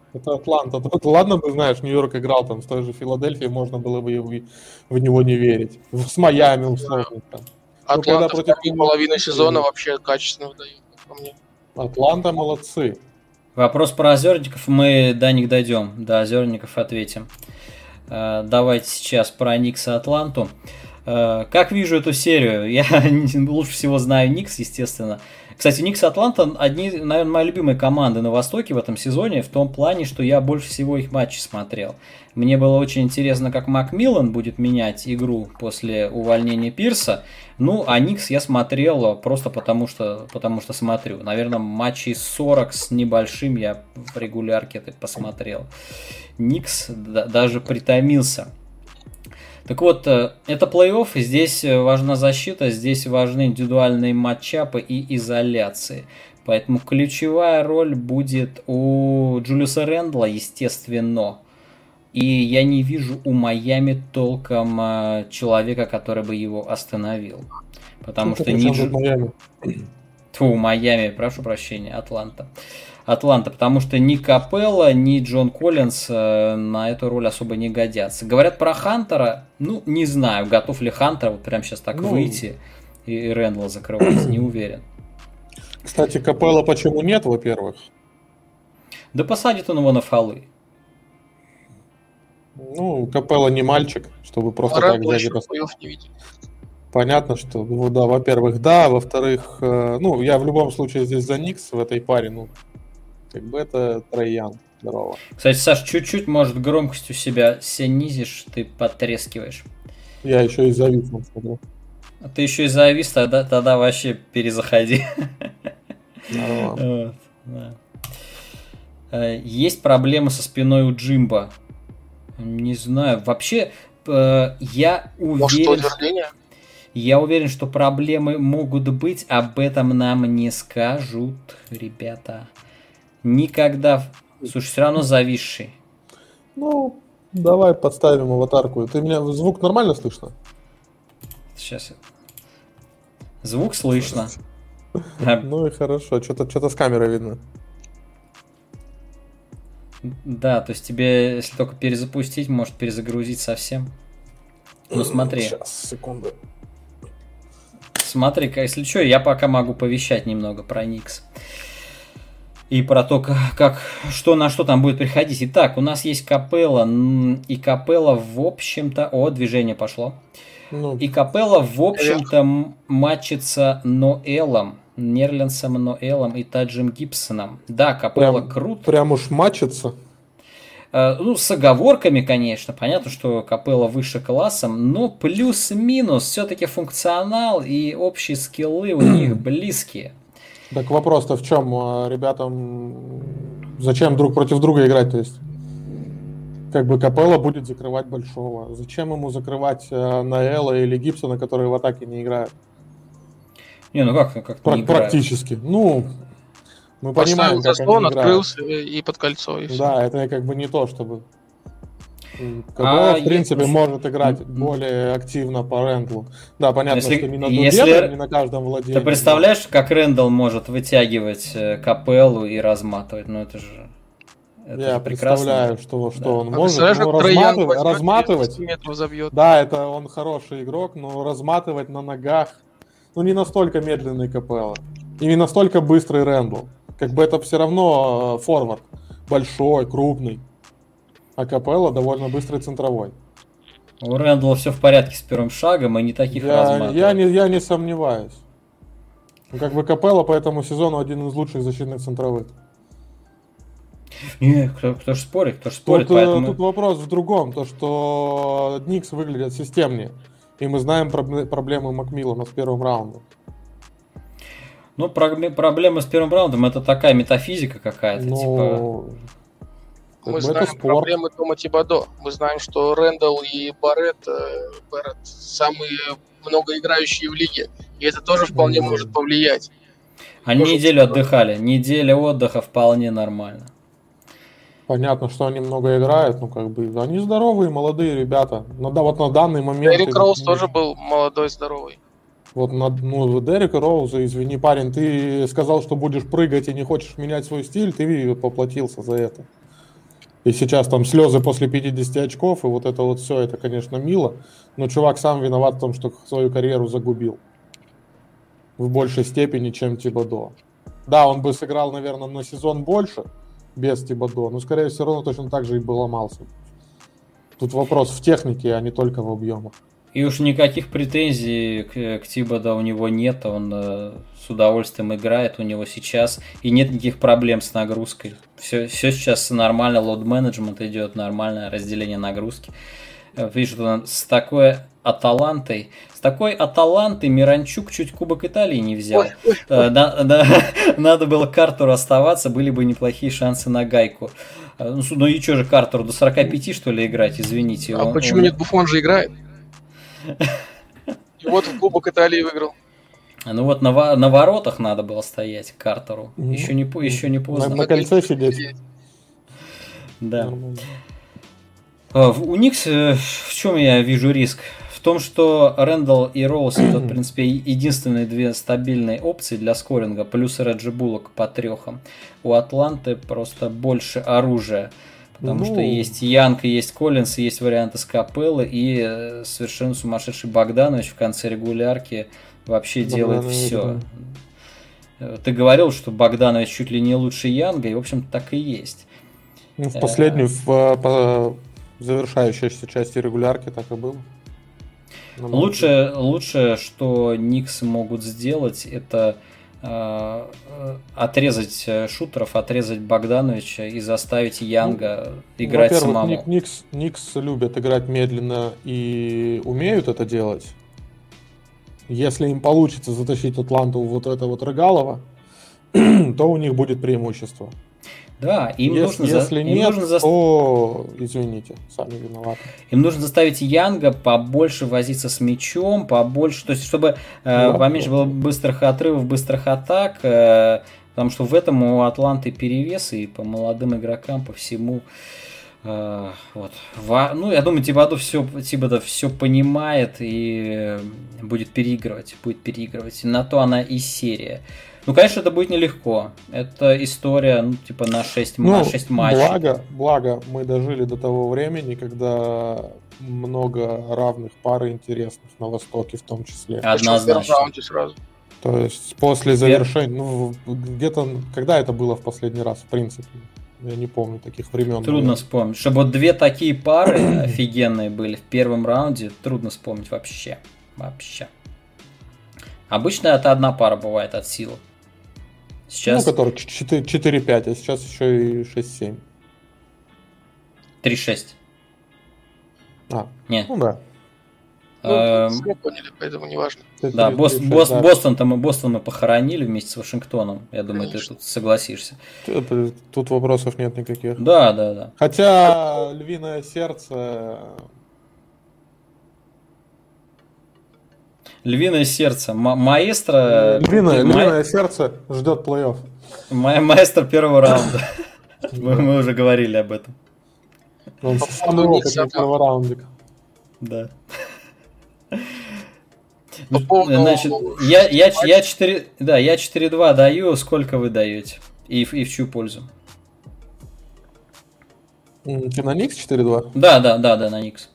S3: Это Атланта. Вот ладно бы, знаешь, Нью-Йорк играл там с той же Филадельфией, можно было бы его, в него не верить. С Майами условно. Там.
S2: Атланта в первой половине сезона вообще качественно выдает, по мне.
S3: Атланта молодцы.
S1: Вопрос про озерников, мы до них дойдем, до озерников ответим. Давайте сейчас про Никс и Атланту. Как вижу эту серию? Я лучше всего знаю Никс, естественно. Кстати, Никс и Атланта одни, наверное, мои любимые команды на Востоке в этом сезоне, в том плане, что я больше всего их матчей смотрел. Мне было очень интересно, как Макмиллан будет менять игру после увольнения Пирса. Ну, а Никс я смотрел просто потому, что, потому что смотрю. Наверное, матчей сорок с небольшим я в регулярке это посмотрел. Никс да, даже притомился. Так вот, это плей-офф, здесь важна защита, здесь важны индивидуальные матчапы и изоляции. Поэтому ключевая роль будет у Джулиуса Рэндла, естественно. И я не вижу у Майами толком человека, который бы его остановил. Потому что, что не Джу... Майами. Тьфу, Майами, прошу прощения, Атланта. Атланта, потому что ни Капелла, ни Джон Коллинс э, на эту роль особо не годятся. Говорят про Хантера, ну, не знаю, готов ли Хантер вот прямо сейчас так ну... выйти и, и Рэндла закрывать, не уверен.
S3: Кстати, Капелла почему нет, во-первых?
S1: Да посадит он его на фолы.
S3: Ну, Капелла не мальчик, чтобы просто а так взять и поставить. Понятно, что, ну, да, во-первых, да, во-вторых, э, ну, я в любом случае здесь за Никс в этой паре, ну, как бы это Трей Янг, здорово.
S1: Кстати, Саш, чуть-чуть, может, громкость у себя снизишь, ты потрескиваешь.
S3: Я еще и завис, смотрю.
S1: А ты еще и завис, тогда, тогда вообще перезаходи. Вот, да. Есть проблемы со спиной у Джимба. Не знаю, вообще я уверен...
S2: Может,
S1: Я уверен, что проблемы могут быть, об этом нам не скажут, ребята. Никогда. Слушай, все равно зависший.
S3: Ну, давай подставим аватарку. Ты меня звук нормально слышно?
S1: Сейчас. Звук слышно.
S3: Ну и хорошо, что-то что-то с камерой видно.
S1: Да, то есть тебе, если только перезапустить, может перезагрузить совсем. Ну смотри.
S3: Сейчас, секунду.
S1: Смотри-ка, если что, я пока могу повещать немного про Никс. И про то, как, что на что там будет приходить. Итак, у нас есть Капелла. И Капелла, в общем-то... О, движение пошло. Ну, и Капелла, в общем-то, матчится Ноэлом. Нерлинсом Ноэлом и Таджем Гибсоном. Да, Капелла крут.
S3: Прям уж матчится.
S1: Ну, с оговорками, конечно. Понятно, что Капелла выше классом, но плюс-минус все-таки функционал и общие скиллы у них близкие.
S3: Так вопрос-то в чем? Ребятам зачем друг против друга играть? То есть, как бы Капелла будет закрывать большого. Зачем ему закрывать Ноэла или Гибсона, которые в атаке не играют?
S1: Не, ну как, как
S3: Пр- не Практически. Играют? Ну... Мы
S2: Поставил
S3: понимаем, как
S2: заслон,
S3: они
S2: открылся и под кольцо. И
S3: да, это как бы не то, чтобы... Капелла, а в принципе, есть... может играть mm-hmm. более активно по Рэндлу. Да, понятно, если, что не на
S1: если...
S3: не на каждом владении.
S1: Ты представляешь, но... как Рэндл может вытягивать Капеллу и разматывать? Ну это же...
S3: Это Я же представляю, что, что
S2: да.
S3: он
S2: а
S3: может ну, разматывать. разматывать. Да, это он хороший игрок, но разматывать на ногах... Ну не настолько медленный Капелла. И не настолько быстрый Рэндл. Как бы это все равно форвард. Большой, крупный. А Капелла довольно быстрый центровой.
S1: У Рэндла все в порядке с первым шагом, и не таких
S3: я,
S1: разматывает.
S3: Я не, я не сомневаюсь. Ну, как бы Капелла по этому сезону один из лучших защитных центровых.
S1: Не, кто, кто ж спорит, кто ж спорит.
S3: Тут,
S1: поэтому...
S3: тут вопрос в другом. То, что Никс выглядят системнее. И мы знаем проблемы Макмиллана с первым раундом.
S1: Ну, проблема с первым раундом это такая метафизика какая-то.
S3: Ну,
S1: типа...
S2: Мы знаем спорт. Проблемы Тома Тибадо. Мы знаем, что Рэндалл и Барретт, Барретт самые многоиграющие в лиге. И это тоже вполне mm. может повлиять.
S1: Они
S2: тоже
S1: неделю отдыхали. Неделя отдыха вполне нормально.
S3: Понятно, что они много играют, ну как бы они здоровые, молодые ребята. Но да, вот на данный момент...
S2: Дерек Роуз тоже был молодой, здоровый.
S3: Вот на, ну, Дерека Роуза, извини, парень, ты сказал, что будешь прыгать и не хочешь менять свой стиль, ты поплатился за это. И сейчас там слезы после пятидесяти очков, и вот это вот все, это, конечно, мило. Но чувак сам виноват в том, что свою карьеру загубил. В большей степени, чем Тибодо. Да, он бы сыграл, наверное, на сезон больше без Тибодо, но, скорее всего, равно точно так же и бы ломался. Тут вопрос в технике, а не только в объемах.
S1: И уж никаких претензий к, к Тибодо у него нет, он э, с удовольствием играет у него сейчас, и нет никаких проблем с нагрузкой. Все, все сейчас нормально, лоуд-менеджмент идет, нормальное разделение нагрузки. Видишь, с такой Аталантой, с такой Аталантой Миранчук чуть Кубок Италии не взял. Ой, ой, ой. Да, да, надо было Картеру оставаться, были бы неплохие шансы на гайку. Ну, ну и что же Картеру, до сорока пяти что ли играть, извините.
S2: А
S1: он,
S2: почему
S1: он...
S2: нет, Буфон же играет? И вот в Кубок Италии выиграл.
S1: Ну вот на, на воротах надо было стоять Картеру. Mm-hmm. Еще, не, еще не поздно.
S3: На, на кольце сидеть.
S1: Да. Mm-hmm. У Никс в чем я вижу риск? В том, что Рэндалл и Роуз это, в принципе, единственные две стабильные опции для скоринга, плюс Реджи Буллок по трехам. У Атланты просто больше оружия. Потому ну... что есть Янг, есть Коллинс, есть варианты с Капеллы, и совершенно сумасшедший Богданович в конце регулярки вообще Богданович, делает все. Да. Ты говорил, что Богданович чуть ли не лучше Янга, и, в общем-то, так и есть.
S3: Ну, в последней, в, по завершающейся части регулярки так и было.
S1: Лучшее, лучшее, что Никс могут сделать, это э, отрезать шутеров, отрезать Богдановича и заставить Янга ну, играть
S3: во-первых,
S1: самому.
S3: Ник, Никс, Никс любят играть медленно и умеют это делать. Если им получится затащить Атланту вот это вот Рыгалова, то у них будет преимущество.
S1: Да, им
S3: если,
S1: нужно...
S3: Если
S1: им
S3: нет,
S1: нужно за...
S3: то, извините, сами виноваты.
S1: Им нужно заставить Янга побольше возиться с мячом, побольше... То есть, чтобы да, э, поменьше да. было быстрых отрывов, быстрых атак, э, потому что в этом у Атланты перевес, и по молодым игрокам, по всему... Э, вот. Во, ну, я думаю, Тибодо все, Тибодо все понимает и будет переигрывать, будет переигрывать. На то она и серия. Ну, конечно, это будет нелегко. Это история, ну, типа, на шесть, ну, шесть матчей.
S3: Благо, благо, мы дожили до того времени, когда много равных пар интересных на Востоке в том числе.
S1: Однозначно.
S2: Сразу.
S3: То есть после завершения, ну, где-то, когда это было в последний раз, в принципе? Я не помню таких времен.
S1: Трудно наверное. вспомнить. Чтобы вот две такие пары офигенные были в первом раунде, трудно вспомнить вообще. Вообще. Обычно это одна пара бывает от силы. Сейчас...
S3: Ну, который четыре пять, а сейчас еще и шесть семь.
S1: три шесть.
S3: А,
S1: нет.
S3: Ну да.
S2: Ну, мы поняли, поэтому не важно.
S1: Да, Бос, Бос, Бостон-то мы, Бостон мы похоронили вместе с Вашингтоном. Я думаю, Конечно. Ты тут согласишься.
S3: Тут, тут вопросов нет никаких.
S1: Да, да, да.
S3: Хотя львиное сердце...
S1: Львиное сердце. Ма- маэстро...
S3: Львиное,
S1: ма...
S3: львиное сердце ждет плей-офф.
S1: Ма- маэстро первого раунда. Мы уже говорили об этом.
S3: Он самый опытный первораундик.
S1: Да. Значит, я, я, я четыре, да, я четыре два даю. Сколько вы даете? И, и в чью пользу?
S3: Ты на Никс четыре два?
S1: Да, да, да, да, на Никс.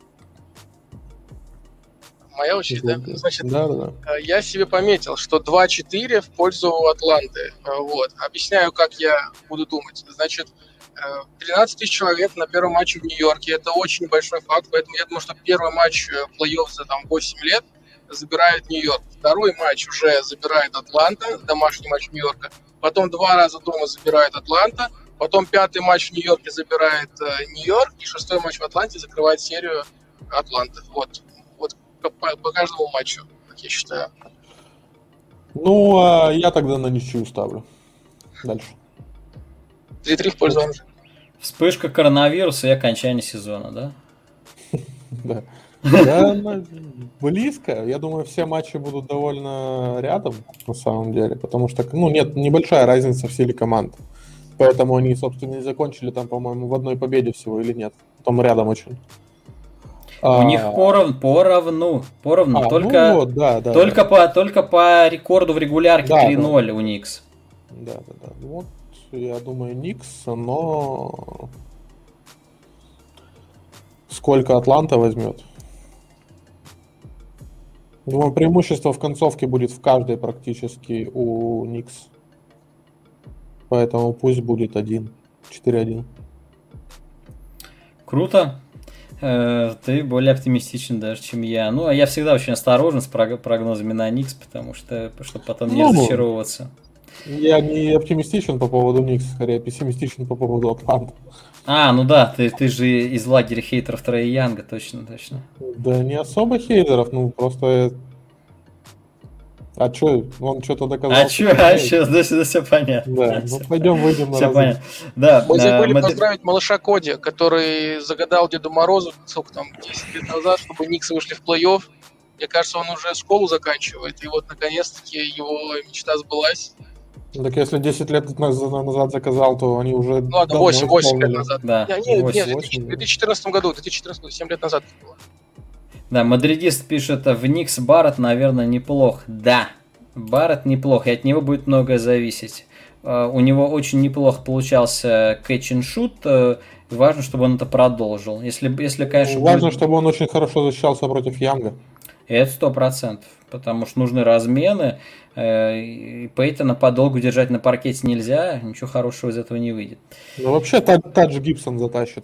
S2: Моя очередь, да? Значит,
S3: да, да, да.
S2: Я себе пометил, что два четыре в пользу Атланты. Вот. Объясняю, как я буду думать. Значит, тринадцать тысяч человек на первом матче в Нью-Йорке. Это очень большой факт, поэтому я думаю, что первый матч плей-офф за там, восемь лет забирает Нью-Йорк. Второй матч уже забирает Атланта, домашний матч Нью-Йорка. Потом два раза дома забирает Атланта. Потом пятый матч в Нью-Йорке забирает э, Нью-Йорк. И шестой матч в Атланте закрывает серию Атланты. Вот, вот по, по каждому матчу, как я считаю.
S3: Ну, а я тогда на ничью ставлю. Дальше.
S2: три три в пользу Анжи.
S1: Вспышка коронавируса и окончание сезона, да?
S3: Да. Да, близко. Я думаю, все матчи будут довольно рядом, на самом деле, потому что, ну, нет, небольшая разница в силе команд. Поэтому они, собственно, и закончили там, по-моему, в одной победе всего или нет. Там рядом очень.
S1: У а... них поров... поровну, поровну, а, только,
S3: ну вот, да, да,
S1: только,
S3: да.
S1: По, только по рекорду в регулярке
S3: да,
S1: три ноль
S3: да.
S1: у Никс.
S3: Да, да, да. Вот, я думаю, Никс, но сколько Атланта возьмет. Думаю, преимущество в концовке будет в каждой практически у Никс. Поэтому пусть будет один. четыре один.
S1: Круто. Ты более оптимистичен даже, чем я. Ну, а я всегда очень осторожен с прогнозами на Никс, потому что, чтобы потом не ну, разочаровываться.
S3: Я не оптимистичен по поводу Никс, скорее пессимистичен по поводу Атланты.
S1: А, ну да, ты, ты же из лагеря хейтеров Трей Янга, точно, точно.
S3: Да не особо хейтеров, ну просто... А чё, он что-то доказал.
S1: А чё, а чё, да, да, все понятно.
S3: Да, ну пойдем выйдем на
S1: все понятно. Да,
S2: мы забыли мы... поздравить малыша Коди, который загадал Деду Морозу, сколько там, десять лет назад, чтобы Никсы вышли в плей-офф. Мне кажется, он уже школу заканчивает, и вот наконец-таки его мечта сбылась.
S3: Так если десять лет назад заказал, то они уже...
S2: Ну ладно, восемь лет назад.
S1: Да,
S2: нет, нет, в две тысячи четырнадцатом году, в две тысячи четырнадцатом, семь лет назад было.
S1: Да, мадридист пишет, в Никс Барретт, наверное, неплох. Да, Барретт неплох, и от него будет многое зависеть. Uh, у него очень неплохо получался catch and shoot. Uh, важно, чтобы он это продолжил. Если, если конечно,
S3: важно,
S1: будет...
S3: чтобы он очень хорошо защищался против Янга.
S1: Это сто процентов, потому что нужны размены. Uh, и Пейтона подолгу держать на паркете нельзя, ничего хорошего из этого не выйдет.
S3: Ну вообще Тадж Гибсон затащит.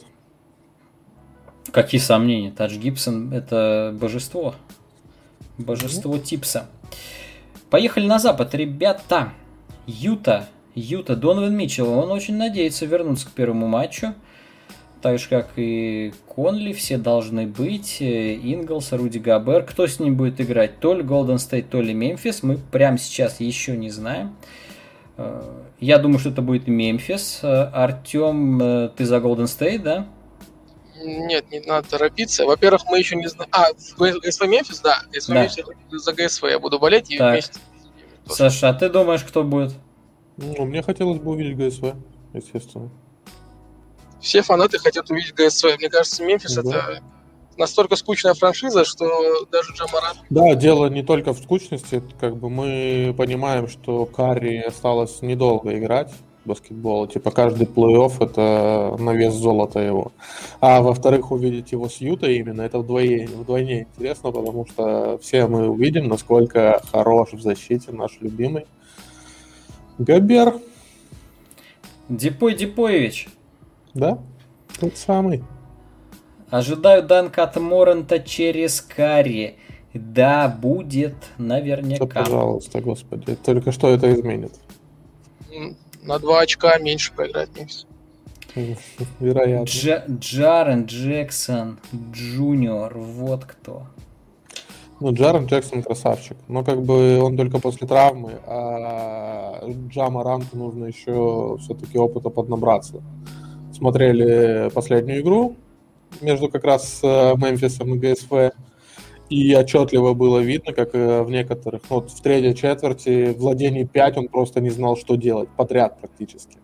S1: Какие сомнения? Тадж Гибсон это божество. Божество mm-hmm. Типса. Поехали на запад, ребята. Юта. Юта. Донован Митчелл. Он очень надеется вернуться к первому матчу. Так же, как и Конли. Все должны быть. Инглс, Руди Гобер. Кто с ним будет играть? То ли Голден Стейт, то ли Мемфис. Мы прямо сейчас еще не знаем. Я думаю, что это будет Мемфис. Артем, ты за Голден Стейт, да?
S2: Нет, не надо торопиться. Во-первых, мы еще не знаем... А, ГСВ Мемфис, да. ГСВ
S1: да.
S2: Мемфис, за ГСВ я буду болеть и
S1: так.
S2: вместе.
S1: Саша, а ты думаешь, кто будет?
S3: Ну, мне хотелось бы увидеть ГСВ, естественно.
S2: Все фанаты хотят увидеть ГСВ. Мне кажется, Мемфис да. это настолько скучная франшиза, что даже Джа Морант...
S3: Да, дело не только в скучности. Как бы мы понимаем, что Карри осталось недолго играть в баскетбол. Типа каждый плей-офф это на вес золота его. А во-вторых, увидеть его с Ютой именно, это вдвойне, вдвойне интересно, потому что все мы увидим, насколько хорош в защите наш любимый Гобер.
S1: Дипой Дипоевич.
S3: Да, тот самый.
S1: Ожидаю данка от Моранта через Карри. Да, будет, наверняка.
S3: Да, пожалуйста, господи. Только что это изменит?
S2: На два очка меньше поиграть Мемфис.
S3: Вероятно.
S1: Дж- Джарен Джексон Джуниор, вот кто.
S3: Ну, Джарен Джексон красавчик. Но как бы он только после травмы, а Джа Моранту нужно еще все-таки опыта поднабраться. Смотрели последнюю игру между как раз Мемфисом и ГСВ. И отчетливо было видно, как в некоторых, ну, вот в третьей четверти владений пять он просто не знал, что делать, подряд практически.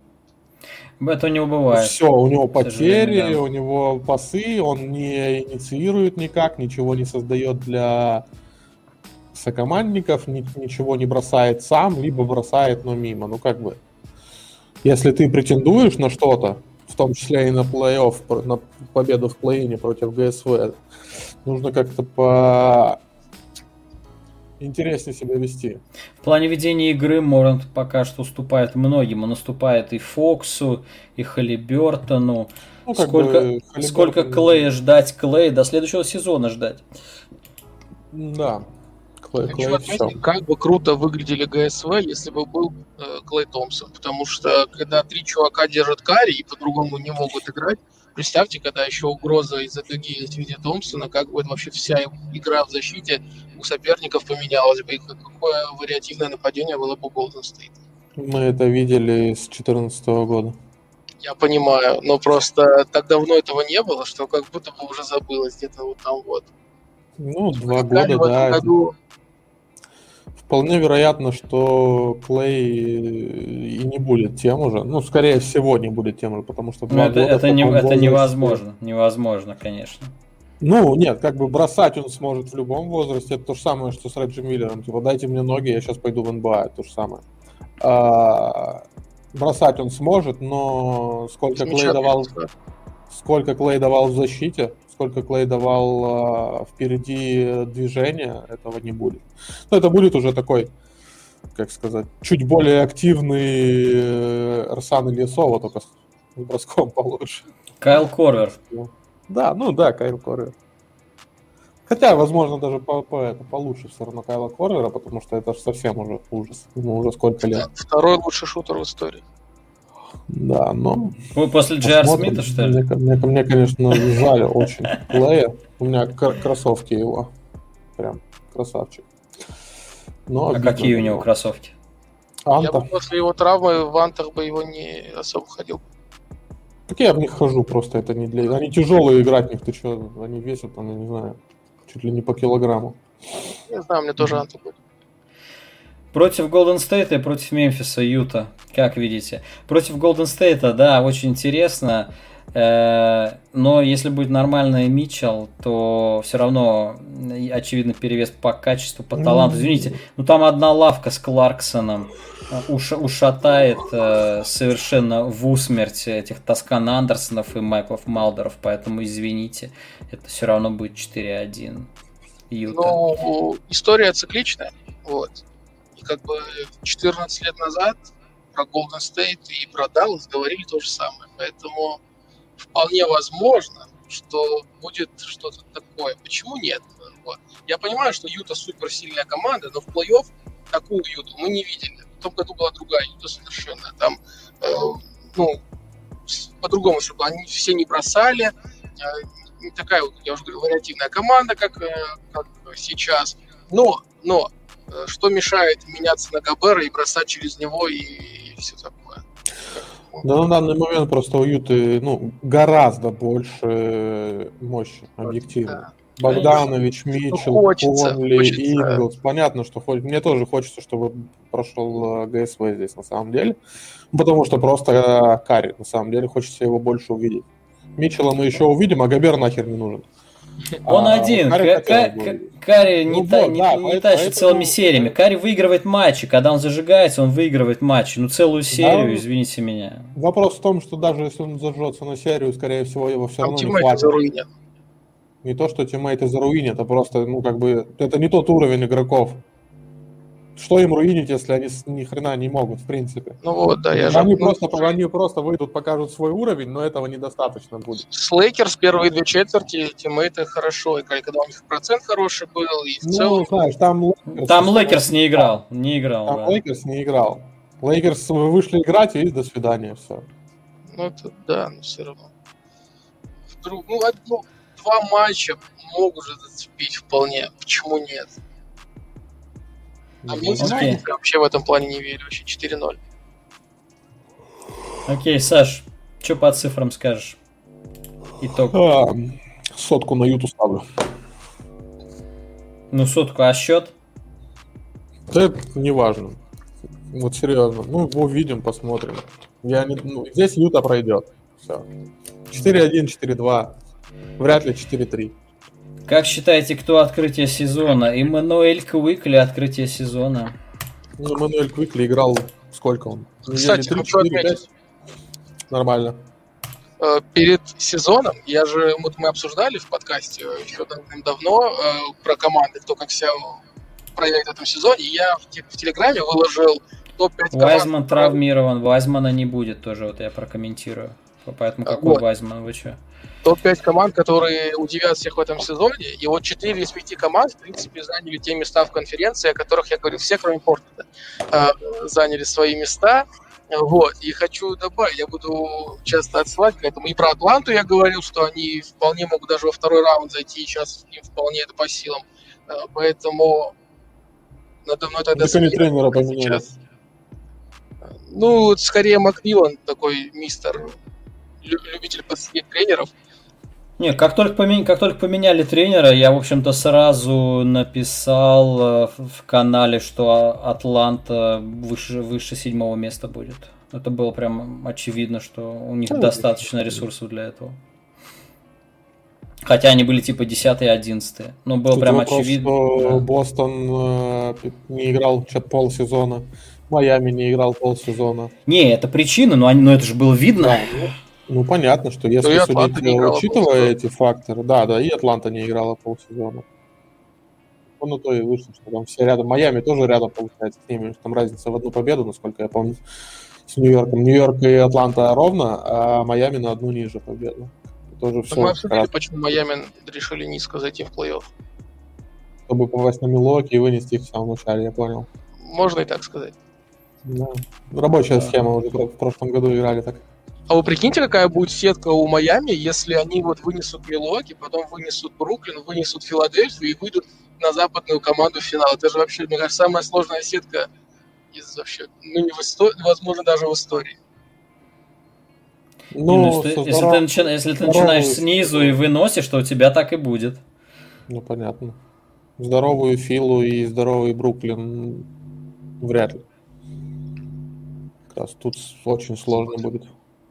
S1: Это у него бывает.
S3: Все, у него потери, да. У него пасы, он не инициирует никак, ничего не создает для сокомандников, ни, ничего не бросает сам, либо бросает, но мимо. Ну, как бы, если ты претендуешь на что-то, в том числе и на плей-офф, на победу в плей-ине против ГСВ, нужно как-то по интереснее себя вести.
S1: В плане ведения игры Морант пока что уступает многим. Он уступает и Фоксу, и Халибертону. Ну, сколько Халибертон... сколько Клея ждать? Клея до следующего сезона ждать.
S3: Да.
S2: Клей, Клей, отметить, как бы круто выглядели ГСВ, если бы был э, Клей Томпсон. Потому что когда три чувака держат карри и по-другому не могут играть, представьте, когда еще угроза из-за дуги есть в виде Томпсона, как бы вообще вся игра в защите у соперников поменялась бы, и какое вариативное нападение было бы у Golden State.
S3: Мы это видели с две тысячи четырнадцатого года.
S2: Я понимаю, но просто так давно этого не было, что как будто бы уже забылось где-то вот там вот.
S3: Ну, два года, да. Году... Вполне вероятно, что Клей и не будет тем уже. Ну, скорее всего, не будет тем уже, потому что два
S1: это,
S3: года...
S1: Это, не, это невозможно, невозможно, конечно.
S3: Ну, нет, как бы бросать он сможет в любом возрасте. Это то же самое, что с Реджи Миллером. Типа, дайте мне ноги, я сейчас пойду в эн би эй. То же самое. А, бросать он сможет, но сколько Клей давал... сколько Клей давал в защите, сколько Клей давал э, впереди движения, этого не будет. Но это будет уже такой, как сказать, чуть более активный э, Арсан Ильясова, только с броском получше.
S1: Кайл Корвер.
S3: Да, ну да, Кайл Корвер. Хотя, возможно, даже по, по это, получше все равно Кайла Корвера, потому что это же совсем уже ужас. Ну, уже сколько лет.
S2: Второй лучший шутер в истории.
S3: Да, но...
S1: Вы после Джей Ар Смита, что ли?
S3: Мне, мне, мне, конечно, жаль очень Клея. У меня кроссовки его. Прям красавчик. Но
S1: а какие у него кроссовки?
S3: Анта.
S2: Я бы после его травмы в Антах бы его не особо ходил.
S3: Так я в них хожу просто, это не для... Они тяжелые играть в них, ты что? Они весят, там, я не знаю, чуть ли не по килограмму.
S2: Не знаю, мне тоже Анта будет.
S1: Против Голден Стейта и против Мемфиса, Юта, как видите? Против Голден Стейта, да, очень интересно. Но если будет нормальный Митчелл, то все равно очевидно перевес по качеству, по таланту. Извините, ну там одна лавка с Кларксоном уш, ушатает э, совершенно в усмерть этих Тоскана Андерсонов и Майклов Малдеров, поэтому извините, это все равно будет четыре один. Юта.
S2: Ну, история цикличная, вот. И как бы четырнадцать лет назад про Golden State и про Даллас говорили то же самое, поэтому вполне возможно, что будет что-то такое. Почему нет? Вот. Я понимаю, что Юта суперсильная команда, но в плей-офф такую Юту мы не видели. В том году была другая Юта совершенно. Там, э, ну, по-другому, чтобы они все не бросали. Э, не такая, я уже говорил, вариативная команда, как, э, как сейчас. Но, но, э, что мешает меняться на Гобера и бросать через него и, и все такое?
S3: Да, на данный момент просто у Юты, ну, гораздо больше мощи, объективно. Да. Богданович, Митчелл, Конли, Инглс. Понятно, что хоть... мне тоже хочется, чтобы прошел ГСВ здесь на самом деле. Потому что просто Карри, на самом деле, хочется его больше увидеть. Митчелла мы еще увидим, а Гобер нахер не нужен.
S1: Он а, один. Карри, Карри, Карри не, ну, та, вот, не, да, не тащит поэтому... целыми сериями. Карри выигрывает матчи. Когда он зажигается, он выигрывает матчи. Ну, целую серию, да, извините меня.
S3: Вопрос в том, что даже если он зажжется на серию, скорее всего, его все равно не хватит. Не то, что тиммейты заруинят, это просто, ну, как бы, это не тот уровень игроков. Что им руинить, если они ни хрена не могут, в принципе?
S2: Ну вот, да, я
S3: они
S2: же...
S3: просто, ну, они просто выйдут, покажут свой уровень, но этого недостаточно будет.
S2: С Лейкерс первые две четверти тиммейты хорошо играли, когда у них процент хороший был, и в
S3: ну,
S2: целом...
S3: знаешь, там...
S1: Там Лейкерс не играл, не играл,
S3: Там
S1: да.
S3: Лейкерс не играл. Лейкерс вышли играть, и до свидания, все.
S2: Ну, это да, но все равно. Вдруг, ну, одно, два матча могут же зацепить вполне, почему нет? А мне okay. вообще в этом плане не верю, вообще четыре ноль.
S1: Окей, okay, Саш, что по цифрам скажешь? Итог.
S3: А, сотку на Юту ставлю.
S1: Ну, сотку, а счет?
S3: Да это не важно. Вот серьезно. Ну, увидим, посмотрим. Я не, ну, здесь Юта пройдет. Все. четыре один, четыре два. Вряд ли четыре три.
S1: Как считаете, кто открытие сезона? Эммануэль Квикли открытие сезона.
S3: Ну, Эммануэль Квикли играл сколько он?
S2: Кстати, хочу отметить.
S3: Нормально.
S2: Перед сезоном, я же, вот мы обсуждали в подкасте еще давно про команды, кто как себя проявит в этом сезоне, и я в Телеграме выложил топ пять команд.
S1: Вайзман травмирован, Вайзмана не будет тоже, вот я прокомментирую. Поэтому какой вот. Вайзман, вы что?
S2: топ пять команд, которые удивят всех в этом сезоне, и вот четыре из пяти команд, в принципе, заняли те места в конференции, о которых я говорил, все, кроме Портленда, заняли свои места. Вот, и хочу добавить, я буду часто отсылать к этому, и про Атланту я говорил, что они вполне могут даже во второй раунд зайти, и сейчас им вполне это по силам, поэтому надо мной тогда...
S3: Так они тренера поменяли.
S2: Ну, скорее Макмиллан такой мистер, любитель посадить тренеров.
S1: Не, как только, поменяли, как только поменяли тренера, я, в общем-то, сразу написал в канале, что Атланта выше, выше седьмого места будет. Это было прям очевидно, что у них ну, достаточно ресурсов для этого. Хотя они были типа десятые и одиннадцатые. Но было тут прям вопрос, очевидно.
S3: Что да. Бостон э, не играл что-то полсезона. Майами не играл полсезона.
S1: Не, это причина, но, они, но это же было видно.
S3: Да. Ну, понятно, что если
S2: и
S3: судить,
S2: Атланта не играла
S3: учитывая
S2: полсезона.
S3: эти факторы, да, да, и Атланта не играла полсезона. Ну, то и вышло, что там все рядом. Майами тоже рядом, получается, с ними. Там разница в одну победу, насколько я помню, с Нью-Йорком. Нью-Йорк и Атланта ровно, а Майами на одну ниже победу. Тоже все.
S2: Мы обсудили, почему Майами решили низко зайти в плей-офф.
S3: Чтобы попасть на Милуоки и вынести их в самом начале, я понял.
S2: Можно и так сказать.
S3: Да. Рабочая
S1: Да.
S3: схема, уже в прошлом году играли так.
S2: А вы прикиньте, какая будет сетка у Майами, если они вот вынесут Милуоки, потом вынесут Бруклин, вынесут Филадельфию и выйдут на западную команду в финал. Это же вообще, мне кажется, самая сложная сетка из вообще, ну не в истории, возможно, даже в истории.
S1: Ну, ну, если, если, здоров... ты, начи... если ты начинаешь снизу и выносишь, то у тебя так и будет.
S3: Ну, понятно. Здоровую Филу и здоровый Бруклин вряд ли. Как раз тут очень сложно будет.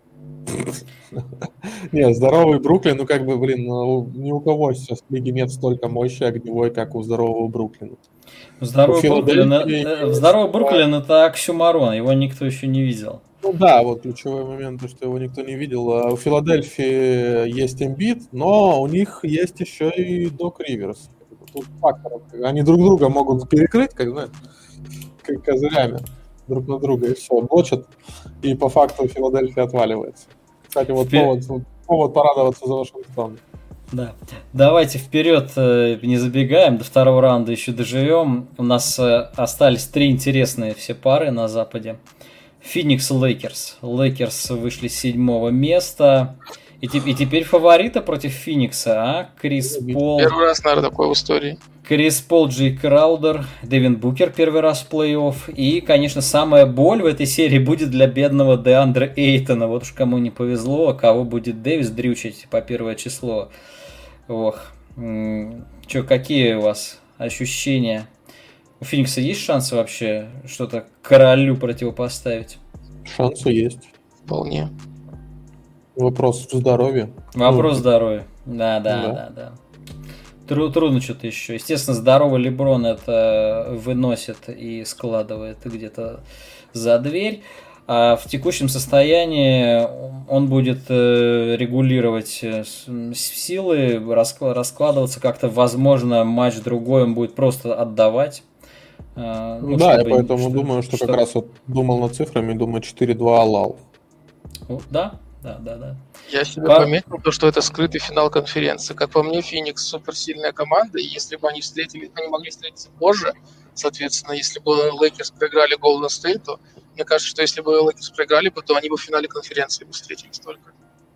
S3: Нет, здоровый Бруклин, ну как бы, блин, ну, ни у кого сейчас в лиге нет столько мощи огневой, как у здорового Бруклина.
S1: Здоровый Бруклин, есть... здоровый Бруклин это Оксюмарон, его никто еще не видел.
S3: Ну да, вот ключевой момент, что его никто не видел. У Филадельфии есть Эмбит, но у них есть еще и Док Риверс. Тут факторы. Они друг друга могут перекрыть, как, знаешь, как козырями друг на друга, и все, блочат, и по факту Филадельфия отваливается. Кстати, вот Впер... повод, повод порадоваться за Вашингтон.
S1: Да. Давайте вперед, не забегаем, до второго раунда еще доживем. У нас остались три интересные все пары на Западе. Феникс Лейкерс. Лейкерс вышли с седьмого места. И, и теперь фавориты против Феникса, а? Крис Пол.
S2: Первый раз, наверное, такое в истории.
S1: Крис Пол, Джей Краудер, Девин Букер первый раз в плей-офф. И, конечно, самая боль в этой серии будет для бедного Деандре Эйтона. Вот уж кому не повезло, а кого будет Дэвис дрючить по первое число. Ох. Че, какие у вас ощущения? У Феникса есть шансы вообще что-то королю противопоставить?
S3: Шансы есть.
S2: Вполне.
S3: Вопрос в здоровье.
S1: Вопрос ну, здоровья. Да, да, да, да. да. Тру- трудно что-то еще. Естественно, здоровый Леброн это выносит и складывает где-то за дверь. А в текущем состоянии он будет регулировать силы, раскладываться как-то. Возможно, матч другой он будет просто отдавать.
S3: Ну, да, чтобы, я поэтому что, думаю, что чтобы... как раз вот думал над цифрами, думаю, четыре-два Аллал.
S1: Да, да, да, да.
S2: Я себе как... пометил то, что это скрытый финал конференции. Как по мне, Феникс суперсильная команда, и если бы они встретились, они могли встретиться позже, соответственно, если бы Лейкерс проиграли Голден Стейту, мне кажется, что если бы Лейкерс проиграли бы, то они бы в финале конференции бы встретились только.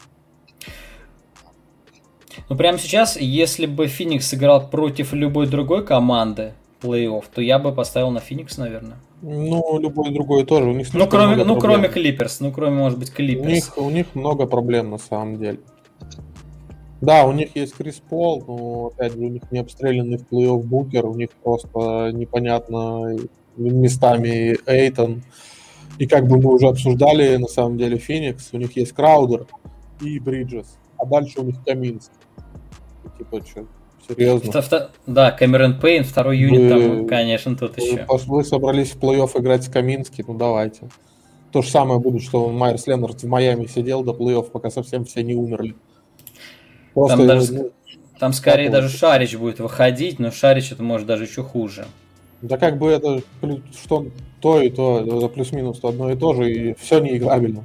S1: Ну, прямо сейчас, если бы Феникс сыграл против любой другой команды, плей-офф, то я бы поставил на Феникс, наверное.
S3: Ну, любой другой тоже. У них
S1: ну, кроме, ну, кроме Клиперс. Ну, кроме, может быть, Клиперс.
S3: У них, у них много проблем, на самом деле. Да, у них есть Крис Пол, но, опять же, у них не обстрелянный в плей-офф Букер, у них просто непонятно местами Эйтон. И как бы мы уже обсуждали, на самом деле, Феникс, у них есть Краудер и Бриджес, а дальше у них Каминский. Типа, что... Серьезно?
S1: Да, Кэмерон Пейн, второй юнит, там, конечно, тут
S3: вы,
S1: еще.
S3: Вы собрались в плей-офф играть с Камински, ну давайте. То же самое будет, что Майерс Леннард в Майами сидел до плей-офф, пока совсем все не умерли.
S1: Просто там, даже, ну, там скорее даже будет. Шарич будет выходить, но Шарич это может даже еще хуже.
S3: Да как бы это что то и то, это плюс-минус одно и то же, и все неиграбельно.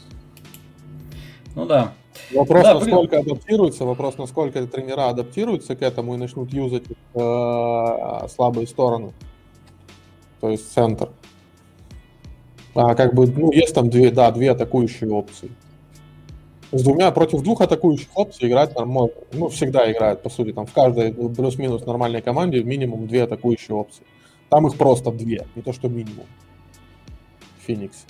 S1: Ну да.
S3: Вопрос,
S1: да,
S3: насколько блин. адаптируется, вопрос, насколько тренера адаптируются к этому и начнут юзать э, слабые стороны. То есть центр. А как бы, ну, есть там две, да, две атакующие опции. С двумя против двух атакующих опций играть нормально. Ну, всегда играют, по сути, там в каждой плюс-минус нормальной команде минимум две атакующие опции. Там их просто две, не то что минимум. Феникс.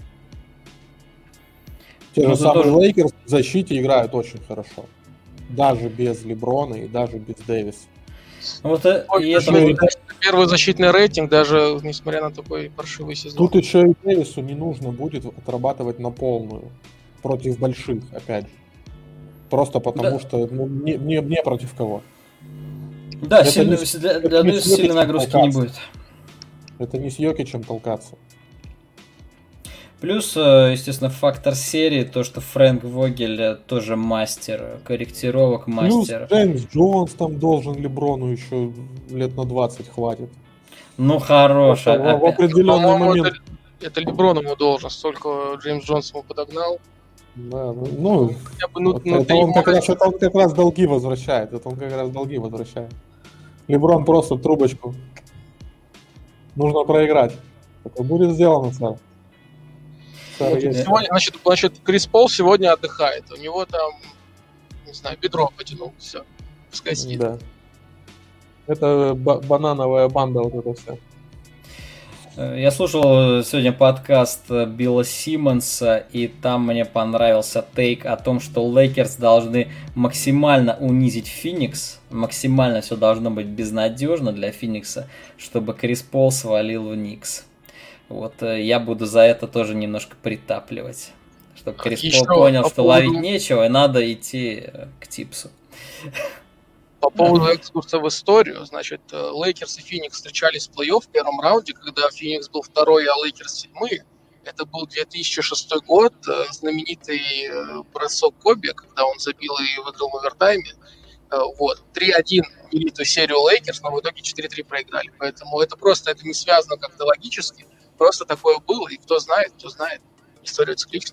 S3: Те же самые Лейкерс в защите играют очень хорошо. Даже без Леброна и даже без Дэвиса.
S1: Вот, Ой, и это...
S2: Первый защитный рейтинг, даже несмотря на такой паршивый сезон.
S3: Тут еще и Дэвису не нужно будет отрабатывать на полную. Против больших, опять же. Просто потому да. что ну, не, не, не против кого.
S1: Да, сильно, не, для, для Дэвиса сильной нагрузки толкаться. Не будет.
S3: Это не с Йокичем толкаться.
S1: Плюс, естественно, фактор серии, то, что Фрэнк Вогель тоже мастер корректировок, мастер.
S3: Плюс Джеймс Джонс там должен Леброну еще лет на двадцать хватит.
S1: Ну, хорош.
S3: В, в определенный момент...
S2: Это, это Леброн ему должен, столько Джеймс Джонс ему подогнал.
S3: Да, ну,
S2: Хотя бы, ну,
S3: вот
S2: ну,
S3: это, он как раз, это он как раз долги возвращает. Это он как раз долги возвращает. Леброн просто трубочку. Нужно проиграть. Это будет сделано, сэр.
S2: сэр ну, сегодня, значит, значит, Крис Пол сегодня отдыхает. У него там, не знаю, бедро потянул. Все. Пускай сидит.
S3: Да. Это банановая банда вот это все.
S1: Я слушал сегодня подкаст Билла Симмонса, и там мне понравился тейк о том, что Лейкерс должны максимально унизить Феникс, максимально все должно быть безнадежно для Феникса, чтобы Крис Пол свалил в Никс. Вот я буду за это тоже немножко притапливать, чтобы Крис Пол понял, по что поводу... ловить нечего, и надо идти к Типсу.
S2: По поводу экскурса в историю, значит, Лейкерс и Феникс встречались в плей-офф в первом раунде, когда Феникс был второй, а Лейкерс седьмой. Это был две тысячи шестой год, знаменитый бросок Коби, когда он забил и выиграл в овертайме. Вот. три один вели эту серию Лейкерс, но в итоге четыре три проиграли. Поэтому это просто, это не связано как-то логически. Просто такое было, и кто знает, кто знает. История циклична.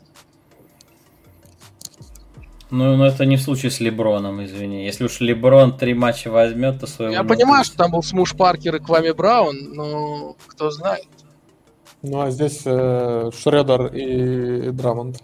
S1: Ну, но это не в случае с Леброном, извини. Если уж Леброн три матча возьмет, то своего...
S2: Я понимаю, что там был Смуш Паркер и Квами Браун, но кто знает.
S3: Ну, а здесь э, Шредер и, и Драмонд.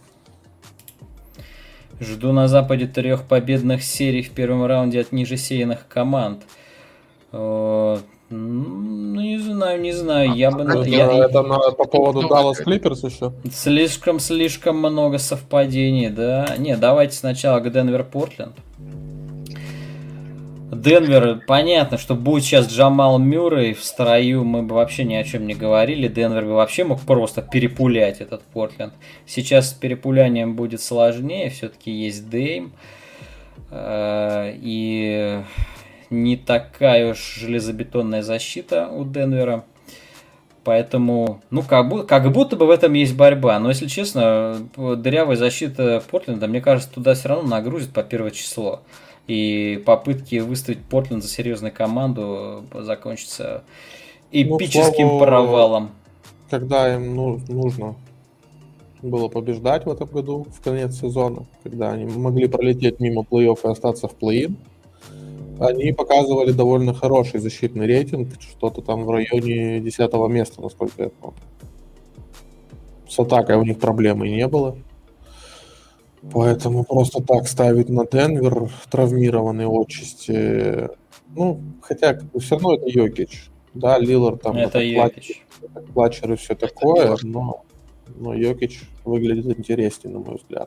S1: Жду на Западе трех победных серий в первом раунде от ниже сеянных команд. О, ну, не знаю, не знаю. Я бы...
S3: Это,
S1: я...
S3: это на, по поводу Даллас Клиперс еще?
S1: Слишком-слишком много совпадений, да. Не, давайте сначала к Денвер-Портленд. Денвер, понятно, что будет сейчас Джамал Мюррей в строю, мы бы вообще ни о чем не говорили. Денвер бы вообще мог просто перепулять этот Портленд. Сейчас с перепулянием будет сложнее, все-таки есть Дейм. И не такая уж железобетонная защита у Денвера. Поэтому, ну, как, будто, как будто бы в этом есть борьба. Но, если честно, дырявая защита Портленда, мне кажется, туда все равно нагрузит по первое число. И попытки выставить Портленд за серьезную команду закончатся эпическим ну, провалом.
S3: Когда им ну, нужно было побеждать в этом году, в конец сезона, когда они могли пролететь мимо плей-офф и остаться в плей-ин, они показывали довольно хороший защитный рейтинг, что-то там в районе десятого места, насколько я помню. С атакой у них проблемы не было. Поэтому просто так ставить на Денвер травмированные отчасти. Ну, хотя все равно это Йокич. Да, Лиллард там
S1: это Йокич.
S3: Клатчер и все такое, но, но Йокич выглядит интереснее, на мой взгляд.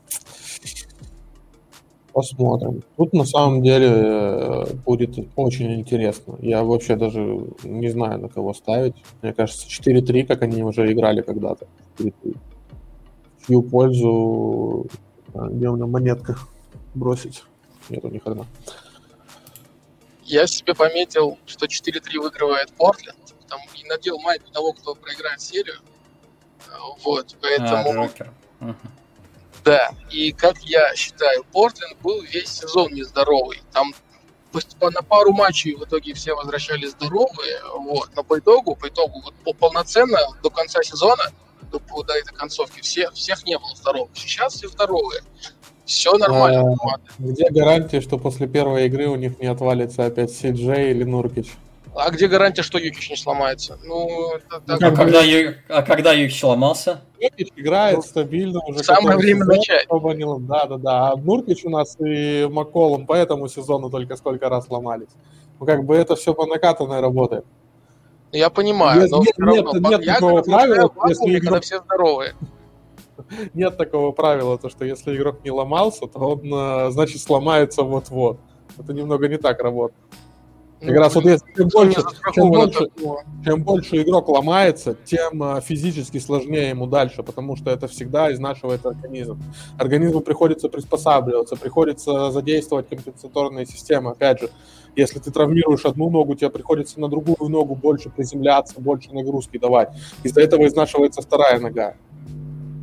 S3: Посмотрим. Тут на самом деле будет очень интересно. Я вообще даже не знаю, на кого ставить. Мне кажется, четыре три, как они уже играли когда-то. В чью пользу, где на монетках бросить? Нету ни хрена.
S2: Я себе пометил, что четыре три выигрывает Портленд. Там и надел майку того, кто проиграет серию. Вот, поэтому... А, да, и как я считаю, Портленд был весь сезон нездоровый. Там на пару матчей в итоге все возвращались здоровые, вот. Но по итогу, по итогу, вот полноценно до конца сезона, до, до этой концовки, все, всех не было здоровых. Сейчас все здоровые. Все нормально.
S3: А, где гарантия, что после первой игры у них не отвалится опять Си Джей или Нуркич?
S2: А где гарантия, что Юкич не сломается? Ну, это,
S1: ну а, когда Ю... а когда Юкич сломался?
S3: Юкич играет ну, стабильно уже.
S2: Самое время начать.
S3: Да, да, да. А Нуркич у нас и Макколум по этому сезону только сколько раз сломались. Ну, как бы это все по накатанной работает.
S2: Я понимаю,
S3: нет,
S2: но
S3: нет,
S2: все равно,
S3: нет, нет
S2: я
S3: такого правила,
S2: если игрок... когда все здоровые.
S3: Нет такого правила, то, что если игрок не ломался, то он, значит, сломается вот-вот. Это немного не так работает. Как ну, раз вот если чем больше, чем, больше, чем больше игрок ломается, тем физически сложнее ему дальше, потому что это всегда изнашивает организм. Организму приходится приспосабливаться, приходится задействовать компенсаторные системы. Опять же, если ты травмируешь одну ногу, тебе приходится на другую ногу больше приземляться, больше нагрузки давать. Из-за этого изнашивается вторая нога.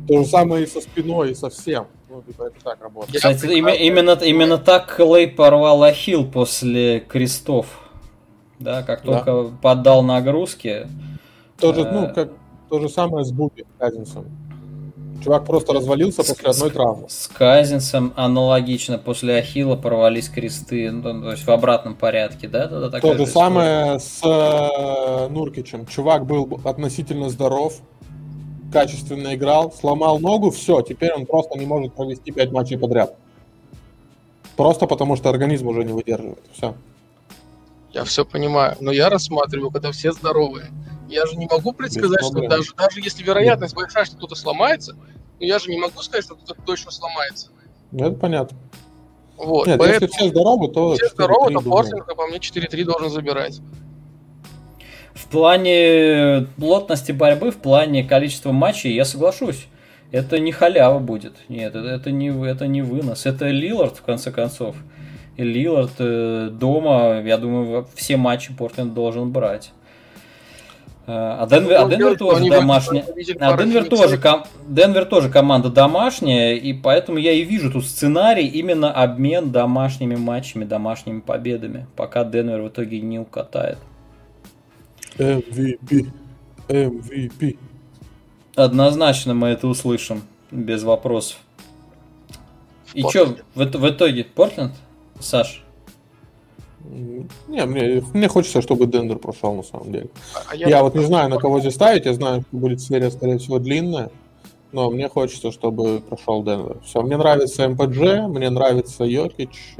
S3: То же самое и со спиной, и со всем. Ну, типа, это так работает.
S1: Кстати, именно, именно, именно так Клей порвал ахилл после крестов. Да, как только да. поддал нагрузки.
S3: То же, ну, как, то же самое с Буги, с Казинцем. Чувак просто развалился с, после одной
S1: с,
S3: травмы.
S1: С Казинцем аналогично. После ахилла порвались кресты. Ну, то есть в обратном порядке, да?
S3: да, да то же самое с э, Нуркичем. Чувак был относительно здоров, качественно играл, сломал ногу, все, теперь он просто не может провести пять матчей подряд. Просто потому, что организм уже не выдерживает. Все.
S2: Я все понимаю, но я рассматриваю, когда все здоровые. Я же не могу предсказать, что даже, даже если вероятность большая, что кто-то сломается, но я же не могу сказать, что кто-то точно сломается.
S3: Это понятно.
S2: Вот,
S3: Нет, если все здоровы, то...
S2: Все здоровы, то Портленд, по мне, четыре три должен забирать.
S1: В плане плотности борьбы, в плане количества матчей, я соглашусь. Это не халява будет. Нет, это, это, не, это не вынос. Это Лиллард, в конце концов. И Лиллард э, дома, я думаю, все матчи Портленд должен брать. А Денвер, а Денвер тоже домашняя. А Денвер тоже, ком, Денвер тоже команда домашняя, и поэтому я и вижу тут сценарий именно обмен домашними матчами, домашними победами, пока Денвер в итоге не укатает.
S3: эм ви пи. эм ви пи.
S1: Однозначно мы это услышим, без вопросов. И что, в, в итоге, Портленд, Саш?
S3: Не, мне, мне хочется, чтобы Денвер прошел на самом деле. А я я вот не знаю, на кого здесь ставить, я знаю, что будет серия, скорее всего, длинная, но мне хочется, чтобы прошел Денвер. Все, мне нравится эм пэ джи, мне нравится Йокич.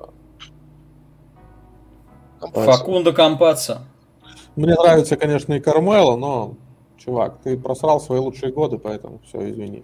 S1: Факундо Кампаца.
S3: Мне нравится, конечно, и Кармело, но, чувак, ты просрал свои лучшие годы, поэтому все, извини.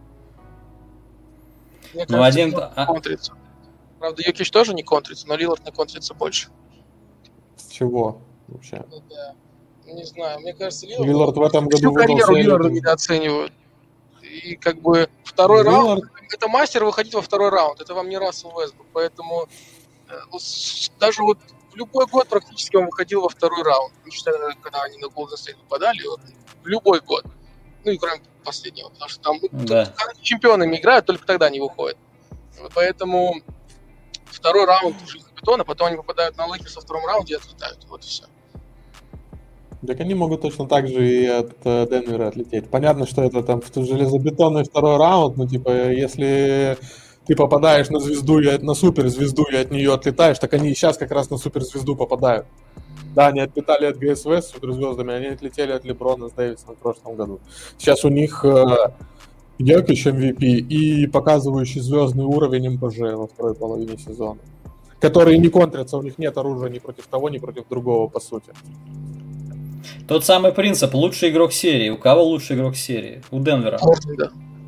S2: Мне кажется, ну, один... контрится. Правда, Йокич тоже не контрится, но Лиллард не контрится больше.
S3: С чего вообще?
S2: Ну, да. Не знаю, мне кажется, Лиллард...
S3: Лиллард в этом году...
S2: Всю карьеру Лилларда недооценивают. И как бы второй Лиллард... раунд... Это мастер выходить во второй раунд. Это вам не Рассел Уэсбрук. Поэтому даже вот в любой год практически он выходил во второй раунд. Не считая, когда они на Golden State попадали. В любой год. Ну и кроме последнего. Потому что там да. Когда чемпионами играют, только тогда они выходят. Поэтому второй раунд железобетона, потом они попадают на Лейкерс во втором раунде и отлетают. Вот и все.
S3: Так они могут точно так же и от э, Денвера отлететь. Понятно, что это там железобетонный второй раунд, но типа если ты попадаешь на звезду, и, на суперзвезду и от нее отлетаешь, так они и сейчас как раз на суперзвезду попадают. Да, они отлетали от ГСВ с суперзвездами, они отлетели от Леброна с Дэвисом в прошлом году. Сейчас у них э, Йокич эм ви пи и показывающий звездный уровень эм пэ жэ во второй половине сезона, которые не контрятся, у них нет оружия ни против того, ни против другого, по сути.
S1: Тот самый принцип, лучший игрок серии. У кого лучший игрок серии? У Денвера.
S2: Да.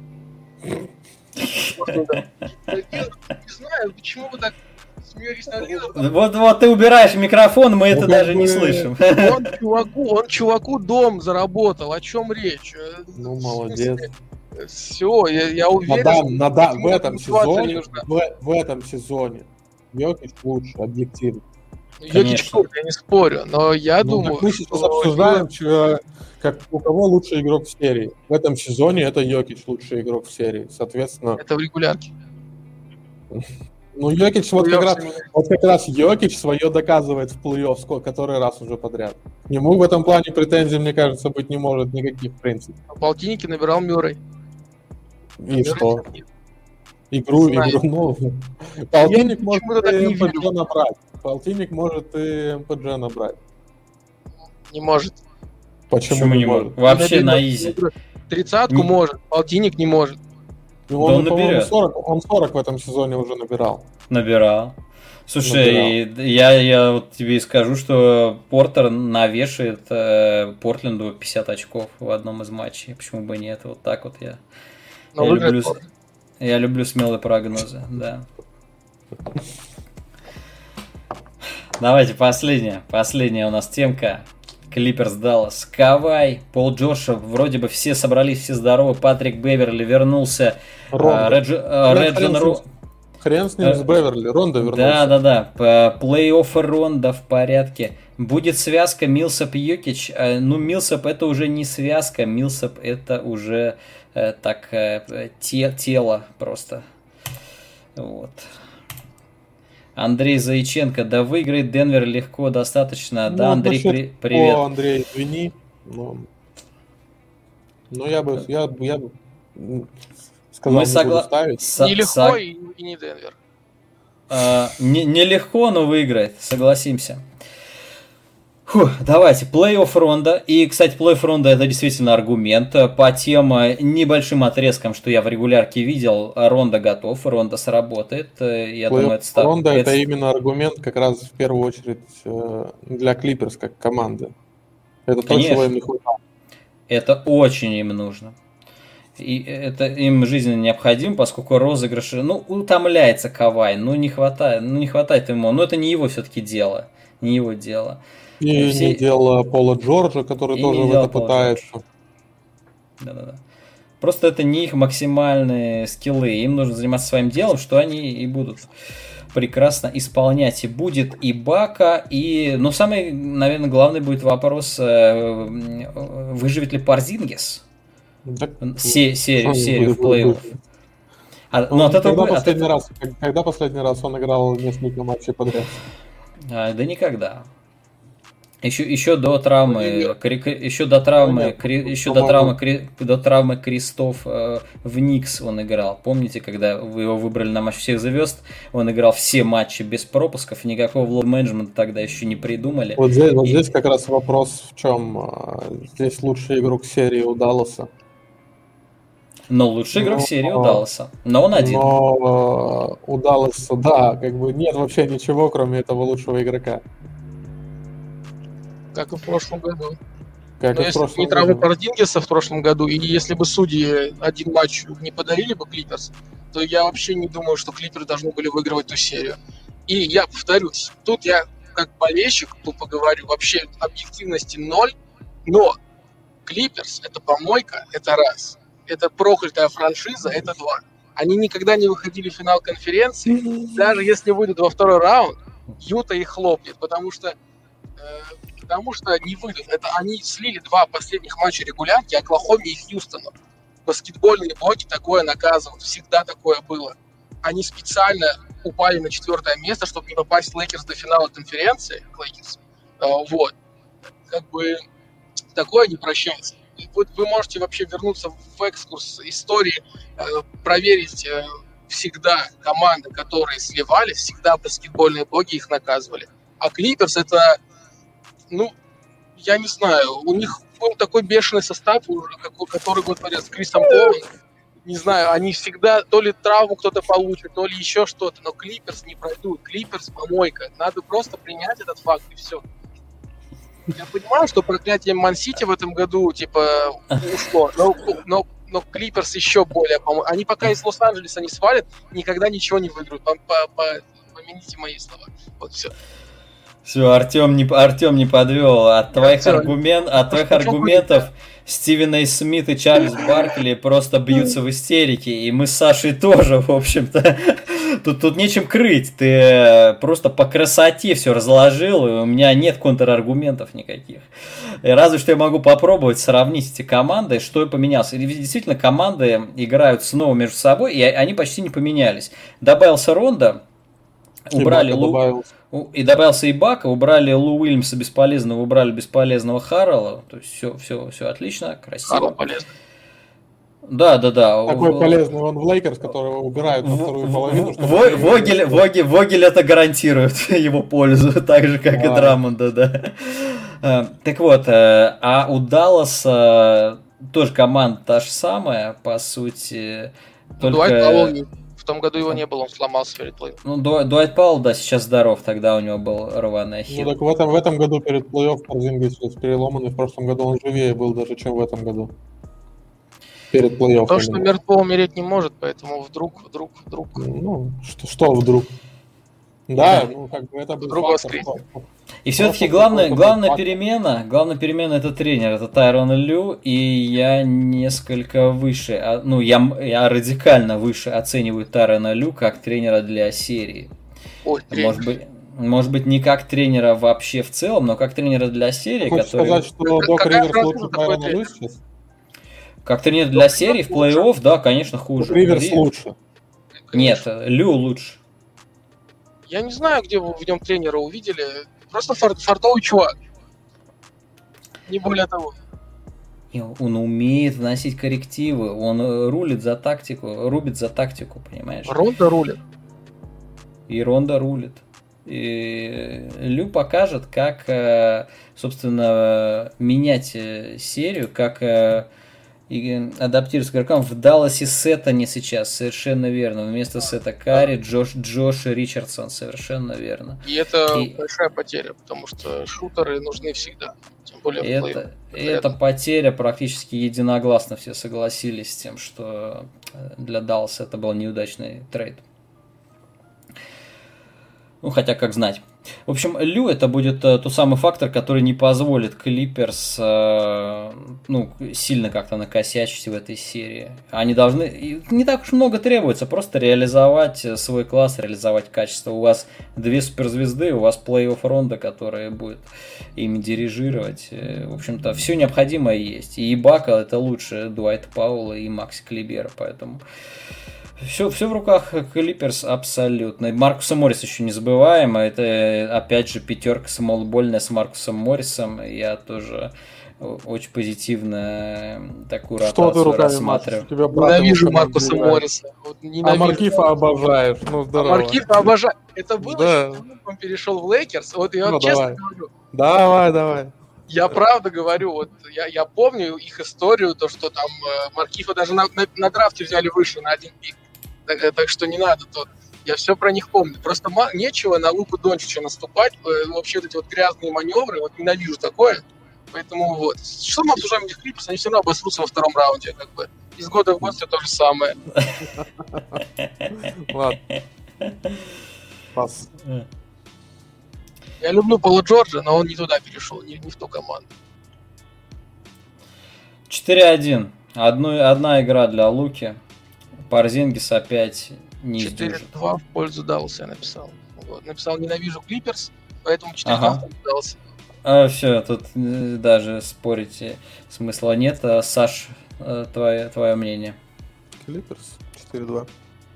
S2: Не знаю, почему вы так смеетесь на Лилларда.
S1: Вот, вот ты убираешь микрофон, мы это даже не слышим.
S2: Он чуваку, он чуваку дом заработал. О чем речь?
S3: Ну, молодец.
S2: Все, я, я уверен.
S3: Надам, надам, в этом сезоне, в, в этом сезоне Йокич лучше, объективно.
S2: Йокич крут, я не спорю, но я ну, думаю,
S3: мы сейчас что... обсуждаем, что, как, у кого лучший игрок в серии. В этом сезоне это Йокич лучший игрок в серии, соответственно.
S2: Это в регулярке.
S3: Ну, Йокич вот как, раз, вот как раз Йокич свое доказывает в плей-офф сколько, который раз уже подряд. Ему в этом плане претензий, мне кажется, быть не может никаких в принципе.
S2: А полтинники набирал Мюррей.
S3: И а что? Игру, игру, ну, полтинник может и эм пэ джи набрать. Полтинник может и эм пэ джи набрать.
S2: Не может.
S3: Почему,
S1: Почему не может? Вообще на изи.
S2: Тридцатку не... может, полтинник не может.
S3: Ну, он, да он, по-моему, сорок, он сорок в этом сезоне уже набирал.
S1: Набирал. Слушай, набирал. Я, я вот тебе и скажу, что Портер навешает э, Портленду пятьдесят очков в одном из матчей. Почему бы нет? Вот так вот я. Я люблю, я люблю смелые прогнозы, да. Давайте последняя. Последняя у нас темка. Клиперс Даллас. Кавай, Пол Джоша, вроде бы все собрались, все здоровы. Патрик Беверли вернулся. Рондо. Реджи, Реджин Ро...
S3: Хрен с ним, с Беверли. Ронда вернулся.
S1: Да, да, да. Плей-офф Ронда в порядке. Будет связка Милсап-Йокич. Ну, Милсап это уже не связка. Милсап это уже так те, тело просто. Вот. Андрей Заиченко. Да выиграет Денвер легко, достаточно. Ну, да, Андрей, при... привет.
S3: О, Андрей, извини. Но, но я бы... Я, я бы... Сказал,
S1: мы согласны.
S2: Нелегко Сог... и не Денвер.
S1: А, не, нелегко, но выиграет, согласимся. Фу, давайте, плей-офф Ронда. И, кстати, плей-офф Ронда это действительно аргумент. По тем небольшим отрезкам, что я в регулярке видел, Ронда готов, Ронда сработает. Я думаю, это став...
S3: Ронда это... это именно аргумент как раз в первую очередь для Клиперс как команды. Это то, чего им не хватает.
S1: Это очень им нужно. И это им жизненно необходимо, поскольку розыгрыш, ну, утомляется Кавай, ну, не хватает, ну, не хватает ему, но это не его все-таки дело, не его дело.
S3: И Все... не дело Пола Джорджа, который и тоже в это пытается.
S1: Да-да-да. Просто это не их максимальные скиллы, им нужно заниматься своим делом, что они и будут прекрасно исполнять. И будет и Бака, и... Ну, самый, наверное, главный будет вопрос, выживет ли Порзингис? Так, Се- серию, серию в плей-офф. А,
S3: ну, от этого, когда, последний от... раз, когда последний раз он играл несколько матчей подряд?
S1: А, да никогда. Еще, еще до травмы, кри, еще до травмы, кри, еще до травмы, кри, до травмы Крестов э, в Никс он играл. Помните, когда вы его выбрали на матч всех звезд, он играл все матчи без пропусков, никакого лоуд-менеджмента тогда еще не придумали.
S3: Вот здесь, вот здесь как раз вопрос в чем. Здесь лучший игрок серии у Далласа.
S1: Но лучший игрок но, серии у Далласа. Но он один.
S3: Но у Далласа, да, как бы нет вообще ничего, кроме этого лучшего игрока.
S2: Как и в прошлом году.
S3: Как
S2: Но
S3: и в
S2: если
S3: прошлом
S2: не травма Порзингиса в прошлом году, и если бы судьи один матч не подарили бы Клиперс, то я вообще не думаю, что Клиперс должны были выигрывать ту серию. И я повторюсь, тут я как болельщик тупо говорю, вообще объективности ноль, но Клиперс это помойка, это раз. Это проклятая франшиза, это два. Они никогда не выходили в финал конференции. Даже если выйдут во второй раунд, Юта их хлопнет, потому что, э, потому что не выйдут. Это они слили два последних матча регулярки Оклахоме и Хьюстону. Баскетбольные боги такое наказывают. Всегда такое было. Они специально упали на четвертое место, чтобы не попасть в Лейкерс до финала конференции. Лейкерс. Э, вот. Как бы такое не прощается. Вот вы можете вообще вернуться в экскурс истории, э, проверить э, всегда команды, которые сливались, всегда баскетбольные боги их наказывали. А Клиперс это, ну, я не знаю, у них был такой бешеный состав, который год подряд с Крисом Полом. Не знаю, они всегда то ли травму кто-то получит, то ли еще что-то, но Клиперс не пройдут. Клиперс помойка. Надо просто принять этот факт и все. Я понимаю, что проклятие Ман-Сити в этом году, типа, ушло, но, но, но Клиперс еще более, по-моему, они пока из Лос-Анджелеса не свалят, никогда ничего не выиграют, по, по, по, помяните мои слова, вот все.
S1: Все, Артем не, Артем не подвел, от твоих, все, аргумен, от твоих аргументов Стивен Эй Смит и Чарльз Баркли просто бьются в истерике, и мы с Сашей тоже, в общем-то. Тут, тут нечем крыть, ты просто по красоте все разложил, и у меня нет контраргументов никаких. И разве что я могу попробовать сравнить эти команды, что и поменялось. И действительно, команды играют снова между собой, и они почти не поменялись. Добавился Ронда, убрали Лу... добавился. И добавился и Бака, убрали Лу Уильямса бесполезного, убрали бесполезного Харрелла. То есть все, все, все отлично, красиво.
S2: Харрелл полезный.
S1: Да, да, да.
S3: Такой в... полезный он в Лейкерс, которого убирают во вторую половину.
S1: В... Вогель, Вогель, Вогель это гарантирует его пользу, так же, как а. и Драмонда, да. Так вот, а у Далласа тоже команда та же самая, по сути.
S2: Только... В том году его не было, он сломался перед плей-офф.
S1: Ну, Дуайт Пауэлл, да, сейчас здоров, тогда у него был рваный ахилл.
S3: Ну, так в этом, в этом году перед плей-офф Порзингис переломанный, в прошлом году он живее был даже, чем в этом году. Перед плей-оффом.
S2: Потому что мертвый умереть не может, поэтому вдруг, вдруг, вдруг.
S3: Ну, что, что вдруг? Да, ну как бы это был
S2: Другого
S3: фактор.
S1: И все-таки главная, главная перемена, главная перемена это тренер, это Тайрон Лю, и я несколько выше, ну я, я радикально выше оцениваю Тайрона Лю как тренера для серии.
S2: Ой,
S1: может быть, может быть не как тренера вообще в целом, но как тренера для серии.
S3: Хочешь
S1: который...
S3: сказать, что Док Риверс лучше Тайрона Лю сейчас?
S1: Как тренер для серии в плей-офф, да, конечно, хуже.
S3: Док Риверс лучше.
S1: Нет, Лю лучше.
S2: Я не знаю, где вы в нем тренера увидели. Просто фар- фартовый чувак. Не более того.
S1: И он умеет вносить коррективы, он рулит за тактику, рубит за тактику, понимаешь?
S2: Ронда рулит.
S1: И Ронда рулит. И Лю покажет, как, собственно, менять серию, как адаптироваться к игрокам. В Далласе Сета не сейчас, совершенно верно. Вместо Сета Карри, Джош, Джош Ричардсон, совершенно верно.
S2: И это и... большая потеря, потому что шутеры нужны всегда. Тем более в
S1: это, это потеря практически единогласно все согласились с тем, что для Далласа это был неудачный трейд. Ну, хотя как знать. В общем, Лю это будет э, тот самый фактор, который не позволит Клиперс э, ну, сильно как-то накосячить в этой серии. Они должны... Не так уж много требуется, просто реализовать свой класс, реализовать качество. У вас две суперзвезды, у вас плей-офф Ронда, которая будет ими дирижировать. В общем-то, все необходимое есть. И Ибака это лучше Дуайта Пауэлла и Макси Клибера, поэтому... Все, все в руках Клиперс абсолютно. Маркуса Морриса еще не забываем. Это опять же пятерка смолбольная с Маркусом Моррисом. Я тоже очень позитивно такую ротацию рассматриваю.
S2: Ненавижу Маркуса Морриса. Вот
S3: ненавижу. А Маркифа обожаешь. Ну, здорово.
S2: А Маркифа обожаю. Это было, да. Что он перешел в Лейкерс. Вот я ну, честно
S3: давай.
S2: говорю.
S3: Давай, давай.
S2: Я правда говорю, вот я, я помню их историю, то, что там э, Маркифа даже на, на, на драфте взяли выше на один пик. Так, так что не надо тут. Я все про них помню. Просто ма- нечего на Луку Дончича наступать. Э, вообще вот эти вот грязные маневры, вот ненавижу такое. Поэтому вот. Что мы обсуждаем этих Клиперс, они все равно обосрутся во втором раунде. Как бы. Из года в год все то же самое.
S3: Ладно. Пас.
S2: Я люблю Пола Джорджа, но он не туда перешел, не, не в ту команду.
S1: четыре один. Одну, одна игра для Луки. Порзингис опять не сдюжит.
S2: четыре два в пользу Далласа я написал. Вот. Написал «Ненавижу Клиперс», поэтому четыре два ага. в Далласе.
S1: А, все, тут даже спорить смысла нет. Саш, твое, твое мнение?
S3: Клиперс четыре два.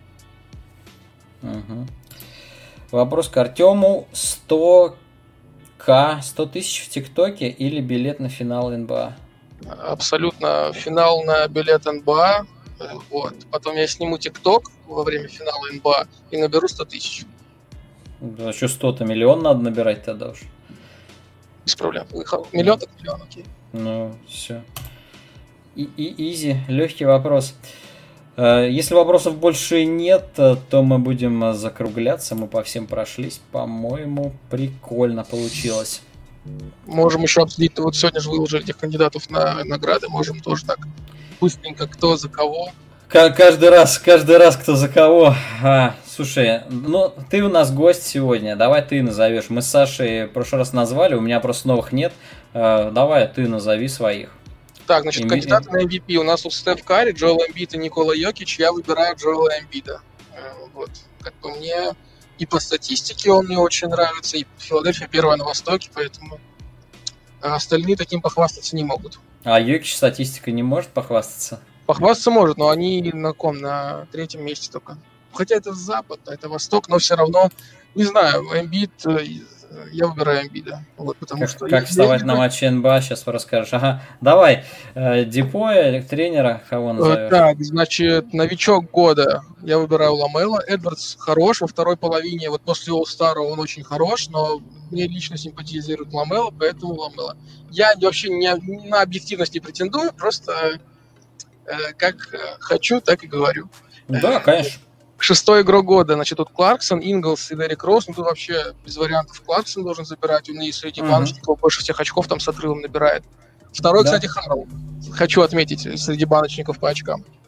S1: Угу. Вопрос к Артему. сто тысяч, сто тысяч в ТикТоке или билет на финал эн бэ а?
S2: Абсолютно. Финал на билет эн бэ а. Вот. Потом я сниму ТикТок во время финала эн бэ а и наберу сто тысяч.
S1: А что сто-то? Миллион надо набирать тогда уж.
S2: Без проблем. Миллион так миллион, окей.
S1: Ну, все. И, и изи. Легкий вопрос. Если вопросов больше нет, то мы будем закругляться. Мы по всем прошлись. По-моему, прикольно получилось.
S2: Можем еще обсудить. Вот сегодня же выложили этих кандидатов на награды. Можем тоже так быстренько, кто за кого.
S1: Каждый раз, каждый раз кто за кого. А, слушай, ну ты у нас гость сегодня. Давай ты назовешь. Мы с Сашей в прошлый раз назвали, у меня просто новых нет. А, давай ты назови своих.
S2: Так, значит, Эм... кандидаты на эм ви пи. У нас тут Стеф Карри, Джоэл Эмбид и Никола Йокич. Я выбираю Джоэла Эмбида. Вот. Как по мне, и по статистике он мне очень нравится, и Филадельфия первая на Востоке, поэтому остальные таким похвастаться не могут.
S1: А Йокич статистика не может похвастаться?
S2: Похвастаться может, но они на ком? На третьем месте только. Хотя это Запад, а это Восток, но все равно, не знаю, Эмбид... Я выбираю Эмбида. Вот, потому
S1: как
S2: что
S1: как вставать на матче эн бэ а, сейчас расскажешь. Ага, давай, э, Дипоя, тренера, кого назовешь?
S2: Так, значит, новичок года я выбираю Ламела. Эдвардс хорош, во второй половине, вот после All-Star он очень хорош, но мне лично симпатизирует Ламела, поэтому Ламела. Я вообще не, на объективность не претендую, просто э, как хочу, так и говорю.
S1: Да, конечно.
S2: Шестой игрок года, значит, тут Кларксон, Инглс и Деррик Роуз. Ну, тут вообще без вариантов Кларксон должен забирать. Он и среди uh-huh. баночников больше всех очков там с отрывом набирает. Второй, да. кстати, Харрелл. Хочу отметить, среди баночников по очкам.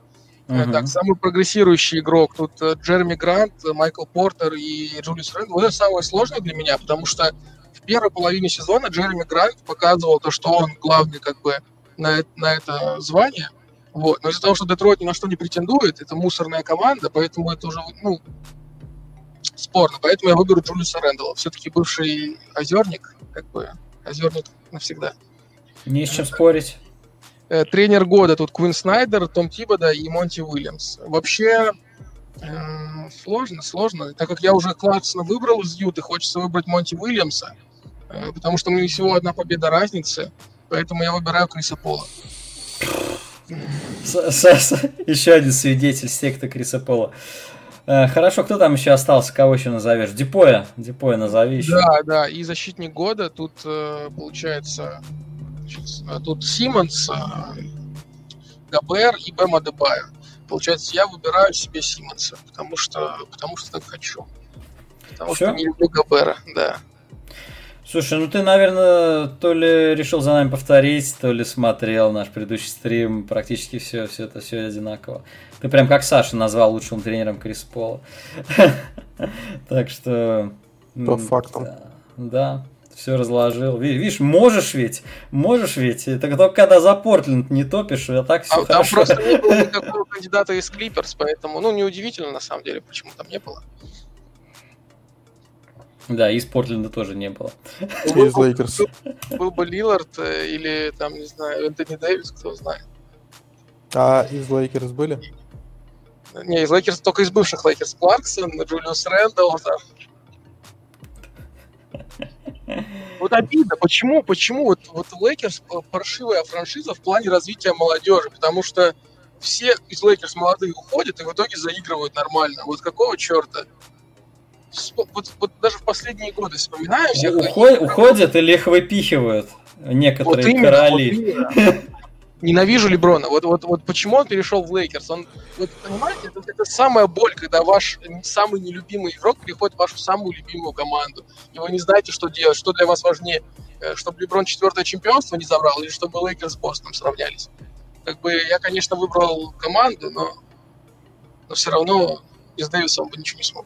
S2: Uh-huh. Так, самый прогрессирующий игрок тут Джереми Грант, Майкл Портер и Джулиус Рэндл. Вот это самое сложное для меня, потому что в первой половине сезона Джереми Грант показывал то, что он главный как бы на, на это звание. Вот. Но из-за того, что Детройт ни на что не претендует, это мусорная команда, поэтому это уже, ну, спорно. Поэтому я выберу Джулиуса Рэндла. Все-таки бывший озерник, как бы озерник навсегда.
S1: Не с чем спорить.
S2: Тренер года тут Квин Снайдер, Том Тибода и Монти Уильямс. Вообще э, сложно, сложно. Так как я уже Кларксона выбрал из Юты, хочется выбрать Монти Уильямса, э, потому что у меня всего одна победа разницы, поэтому я выбираю Криса Пола.
S1: Еще один свидетель секты Криса Пола. Хорошо, кто там еще остался? Кого еще назовешь? Депоя. Депоя назови еще.
S2: Да, да. И защитник года тут получается... Тут Симмонс, Гобер и Бэм Адебайо. Получается, я выбираю себе Симмонса, потому что, потому что так хочу. Потому Все? что не люблю Гобера, да.
S1: Слушай, ну ты, наверное, то ли решил за нами повторить, то ли смотрел наш предыдущий стрим. Практически все, все это все одинаково. Ты прям как Саша назвал лучшим тренером Криса Пола. Так что...
S3: По фактам.
S1: Да. Все разложил. Видишь, можешь ведь, можешь ведь. Это только когда за Портленд не топишь, а так все
S2: а,
S1: хорошо.
S2: Там просто не было никакого кандидата из Клиперс, поэтому, ну, неудивительно, на самом деле, почему там не было.
S1: Да, из Портленда тоже не было.
S3: Из Лейкерс.
S2: Был бы Лилард или, там, не знаю, Энтони Дэвис, кто знает.
S3: А из Лейкерс были?
S2: Не, из Лейкерс, только из бывших Лейкерс. Кларксон, Джулиус Рэндл, там. Вот обидно, почему, почему вот, вот Лейкерс паршивая франшиза в плане развития молодежи, потому что все из Лейкерс молодые уходят и в итоге заигрывают нормально. Вот какого черта? Вот, вот даже в последние годы вспоминаю всех.
S1: Уход, они... Уходят или их выпихивают некоторые вот именно, короли. Вот
S2: Ненавижу Леброна. Вот, вот, вот почему он перешел в Лейкерс? Он, вот, понимаете, это, это самая боль, когда ваш самый нелюбимый игрок переходит в вашу самую любимую команду. И вы не знаете, что делать, что для вас важнее, чтобы Леброн четвертое чемпионство не забрал или чтобы Лейкерс с Бостоном сравнялись. Как бы я, конечно, выбрал команду, но, но все равно без Дэвиса он бы ничего не смог.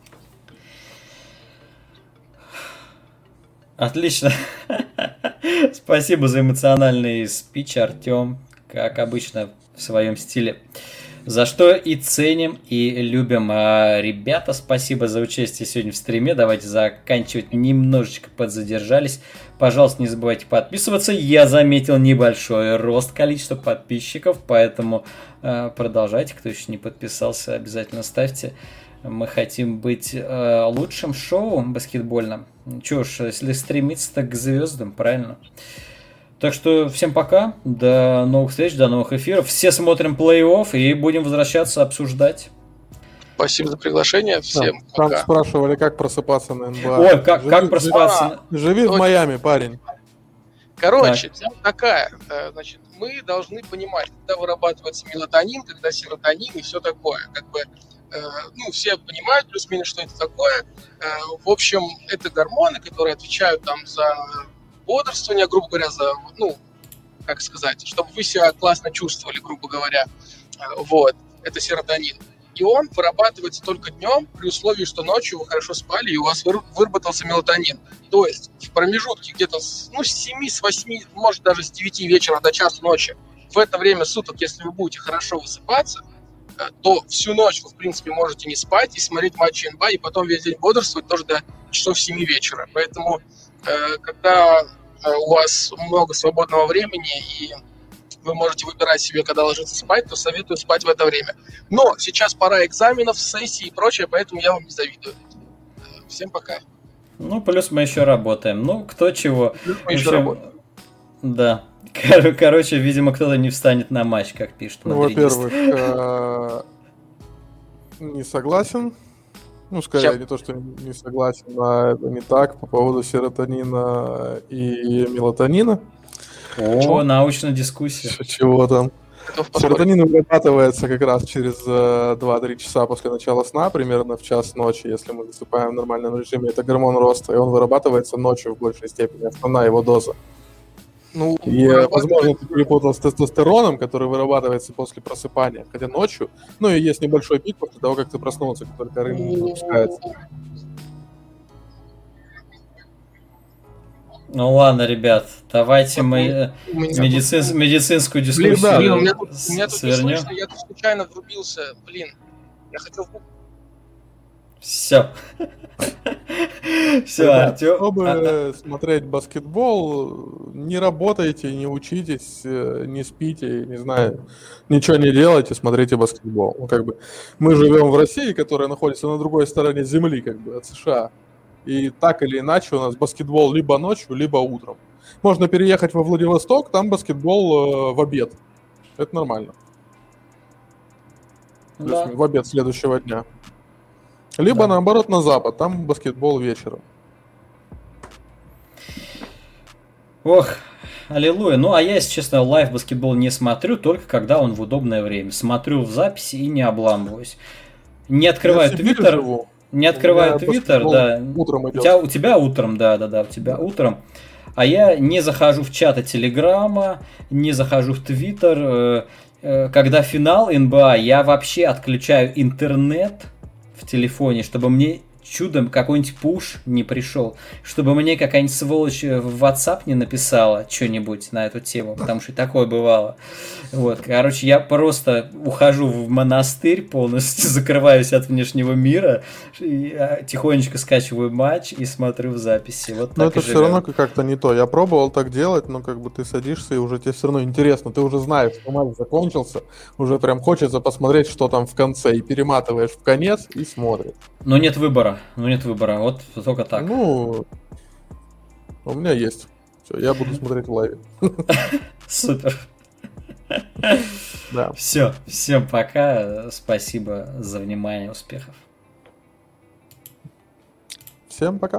S1: Отлично. Спасибо за эмоциональный спич, Артем. Как обычно, в своем стиле. За что и ценим, и любим. А, ребята, спасибо за участие сегодня в стриме. Давайте заканчивать. Немножечко подзадержались. Пожалуйста, не забывайте подписываться. Я заметил небольшой рост количества подписчиков, поэтому а, продолжайте. Кто еще не подписался, обязательно ставьте. Мы хотим быть э, лучшим шоу баскетбольным. Чего ж, если стремиться, так к звездам, правильно? Так что всем пока, до новых встреч, до новых эфиров. Все смотрим плей-офф и будем возвращаться, обсуждать.
S2: Спасибо за приглашение, всем
S3: да,
S2: пока.
S3: Там спрашивали, как просыпаться на эн бэ а.
S1: Ой, как, живи, как просыпаться?
S3: А, живи в Майами, парень.
S2: Короче, тема такая, значит, мы должны понимать, когда вырабатывается мелатонин, когда серотонин и все такое, как бы. Ну, все понимают плюс-минус, что это такое. В общем, это гормоны, которые отвечают там за бодрствование, грубо говоря, за, ну, как сказать, чтобы вы себя классно чувствовали, грубо говоря. Вот, это серотонин. И он вырабатывается только днем, при условии, что ночью вы хорошо спали, и у вас выработался мелатонин. То есть в промежутке где-то с, ну, с семи, с восьми, может даже с девяти вечера до часу ночи, в это время суток, если вы будете хорошо высыпаться, то всю ночь вы, в принципе, можете не спать и смотреть матчи эн би эй, и потом весь день бодрствовать тоже до часов семи вечера. Поэтому, э, когда э, у вас много свободного времени и вы можете выбирать себе, когда ложиться спать, то советую спать в это время. Но сейчас пора экзаменов, сессий и прочее, поэтому я вам не завидую. Всем пока.
S1: Ну, плюс мы еще работаем. Ну, кто чего.
S2: Плюс мы еще работаем.
S1: Да. Кор- короче, видимо, кто-то не встанет на матч, как пишут.
S3: Ну, во-первых, не согласен. Ну, скорее, Чем? не то, что не согласен, а это не так по поводу серотонина и мелатонина.
S1: О, Чего? Научная дискуссия.
S3: Чего там? Серотонин вырабатывается как раз через два-три часа после начала сна, примерно в час ночи, если мы засыпаем в нормальном режиме. Это гормон роста, и он вырабатывается ночью в большей степени, основная его доза.
S2: Ну,
S3: И,
S2: вырабатывает-
S3: возможно, ты перепутал с тестостероном, который вырабатывается после просыпания, хотя ночью. Ну и есть небольшой пик после того, как ты проснулся, как только организм запускается.
S1: Ну ладно, ребят, давайте мы э,
S2: у меня
S1: медицин-
S2: тут-
S1: медицинскую
S3: Блин,
S1: дискуссию
S3: да.
S2: Блин, у меня тут, у
S1: с-
S2: меня тут не
S1: свернем.
S2: слышно, я тут случайно врубился. Блин, я хотел...
S1: Все. Все,
S3: Ребят,
S1: Артем.
S3: Чтобы смотреть баскетбол, не работайте, не учитесь, э, не спите, не знаю, ничего не делайте, смотрите баскетбол. Ну, как бы, мы живем в России, которая находится на другой стороне земли, как бы, от США. И так или иначе у нас баскетбол либо ночью, либо утром. Можно переехать во Владивосток, там баскетбол э, в обед. Это нормально. То
S1: Да.
S3: есть в обед следующего дня. Либо
S1: Да.
S3: наоборот на запад, там баскетбол вечером.
S1: Ох, аллилуйя. Ну, а я, если честно, лайв баскетбол не смотрю, только когда он в удобное время. Смотрю в записи и не обламываюсь. Не открываю
S3: Я в Сибири
S1: твиттер.
S3: живу.
S1: Не
S3: У
S1: открываю
S3: меня
S1: твиттер,
S3: баскетбол
S1: да.
S3: утром
S1: У
S3: идет.
S1: тебя, у тебя утром, да, да, да, у тебя утром. А я не захожу в чаты Телеграма, не захожу в Твиттер. Э, э, Когда финал эн бэ а, я вообще отключаю интернет в телефоне, чтобы мне чудом какой-нибудь пуш не пришел, чтобы мне какая-нибудь сволочь в WhatsApp не написала что-нибудь на эту тему, потому что и такое бывало. Вот, короче, я просто ухожу в монастырь полностью, закрываюсь от внешнего мира, и, а, тихонечко скачиваю матч и смотрю в записи. Вот
S3: Но
S1: так
S3: это
S1: и
S3: все
S1: живем.
S3: равно как-то не то. Я пробовал так делать, но как бы ты садишься и уже тебе все равно интересно. Ты уже знаешь, что матч закончился, уже прям хочется посмотреть, что там в конце, и перематываешь в конец и смотришь.
S1: Но нет выбора, ну нет выбора, вот только так.
S3: Ну, у меня есть. Все, я буду смотреть в лайве.
S1: Супер.
S3: Да.
S1: Все, всем пока, спасибо за внимание, успехов.
S3: Всем пока.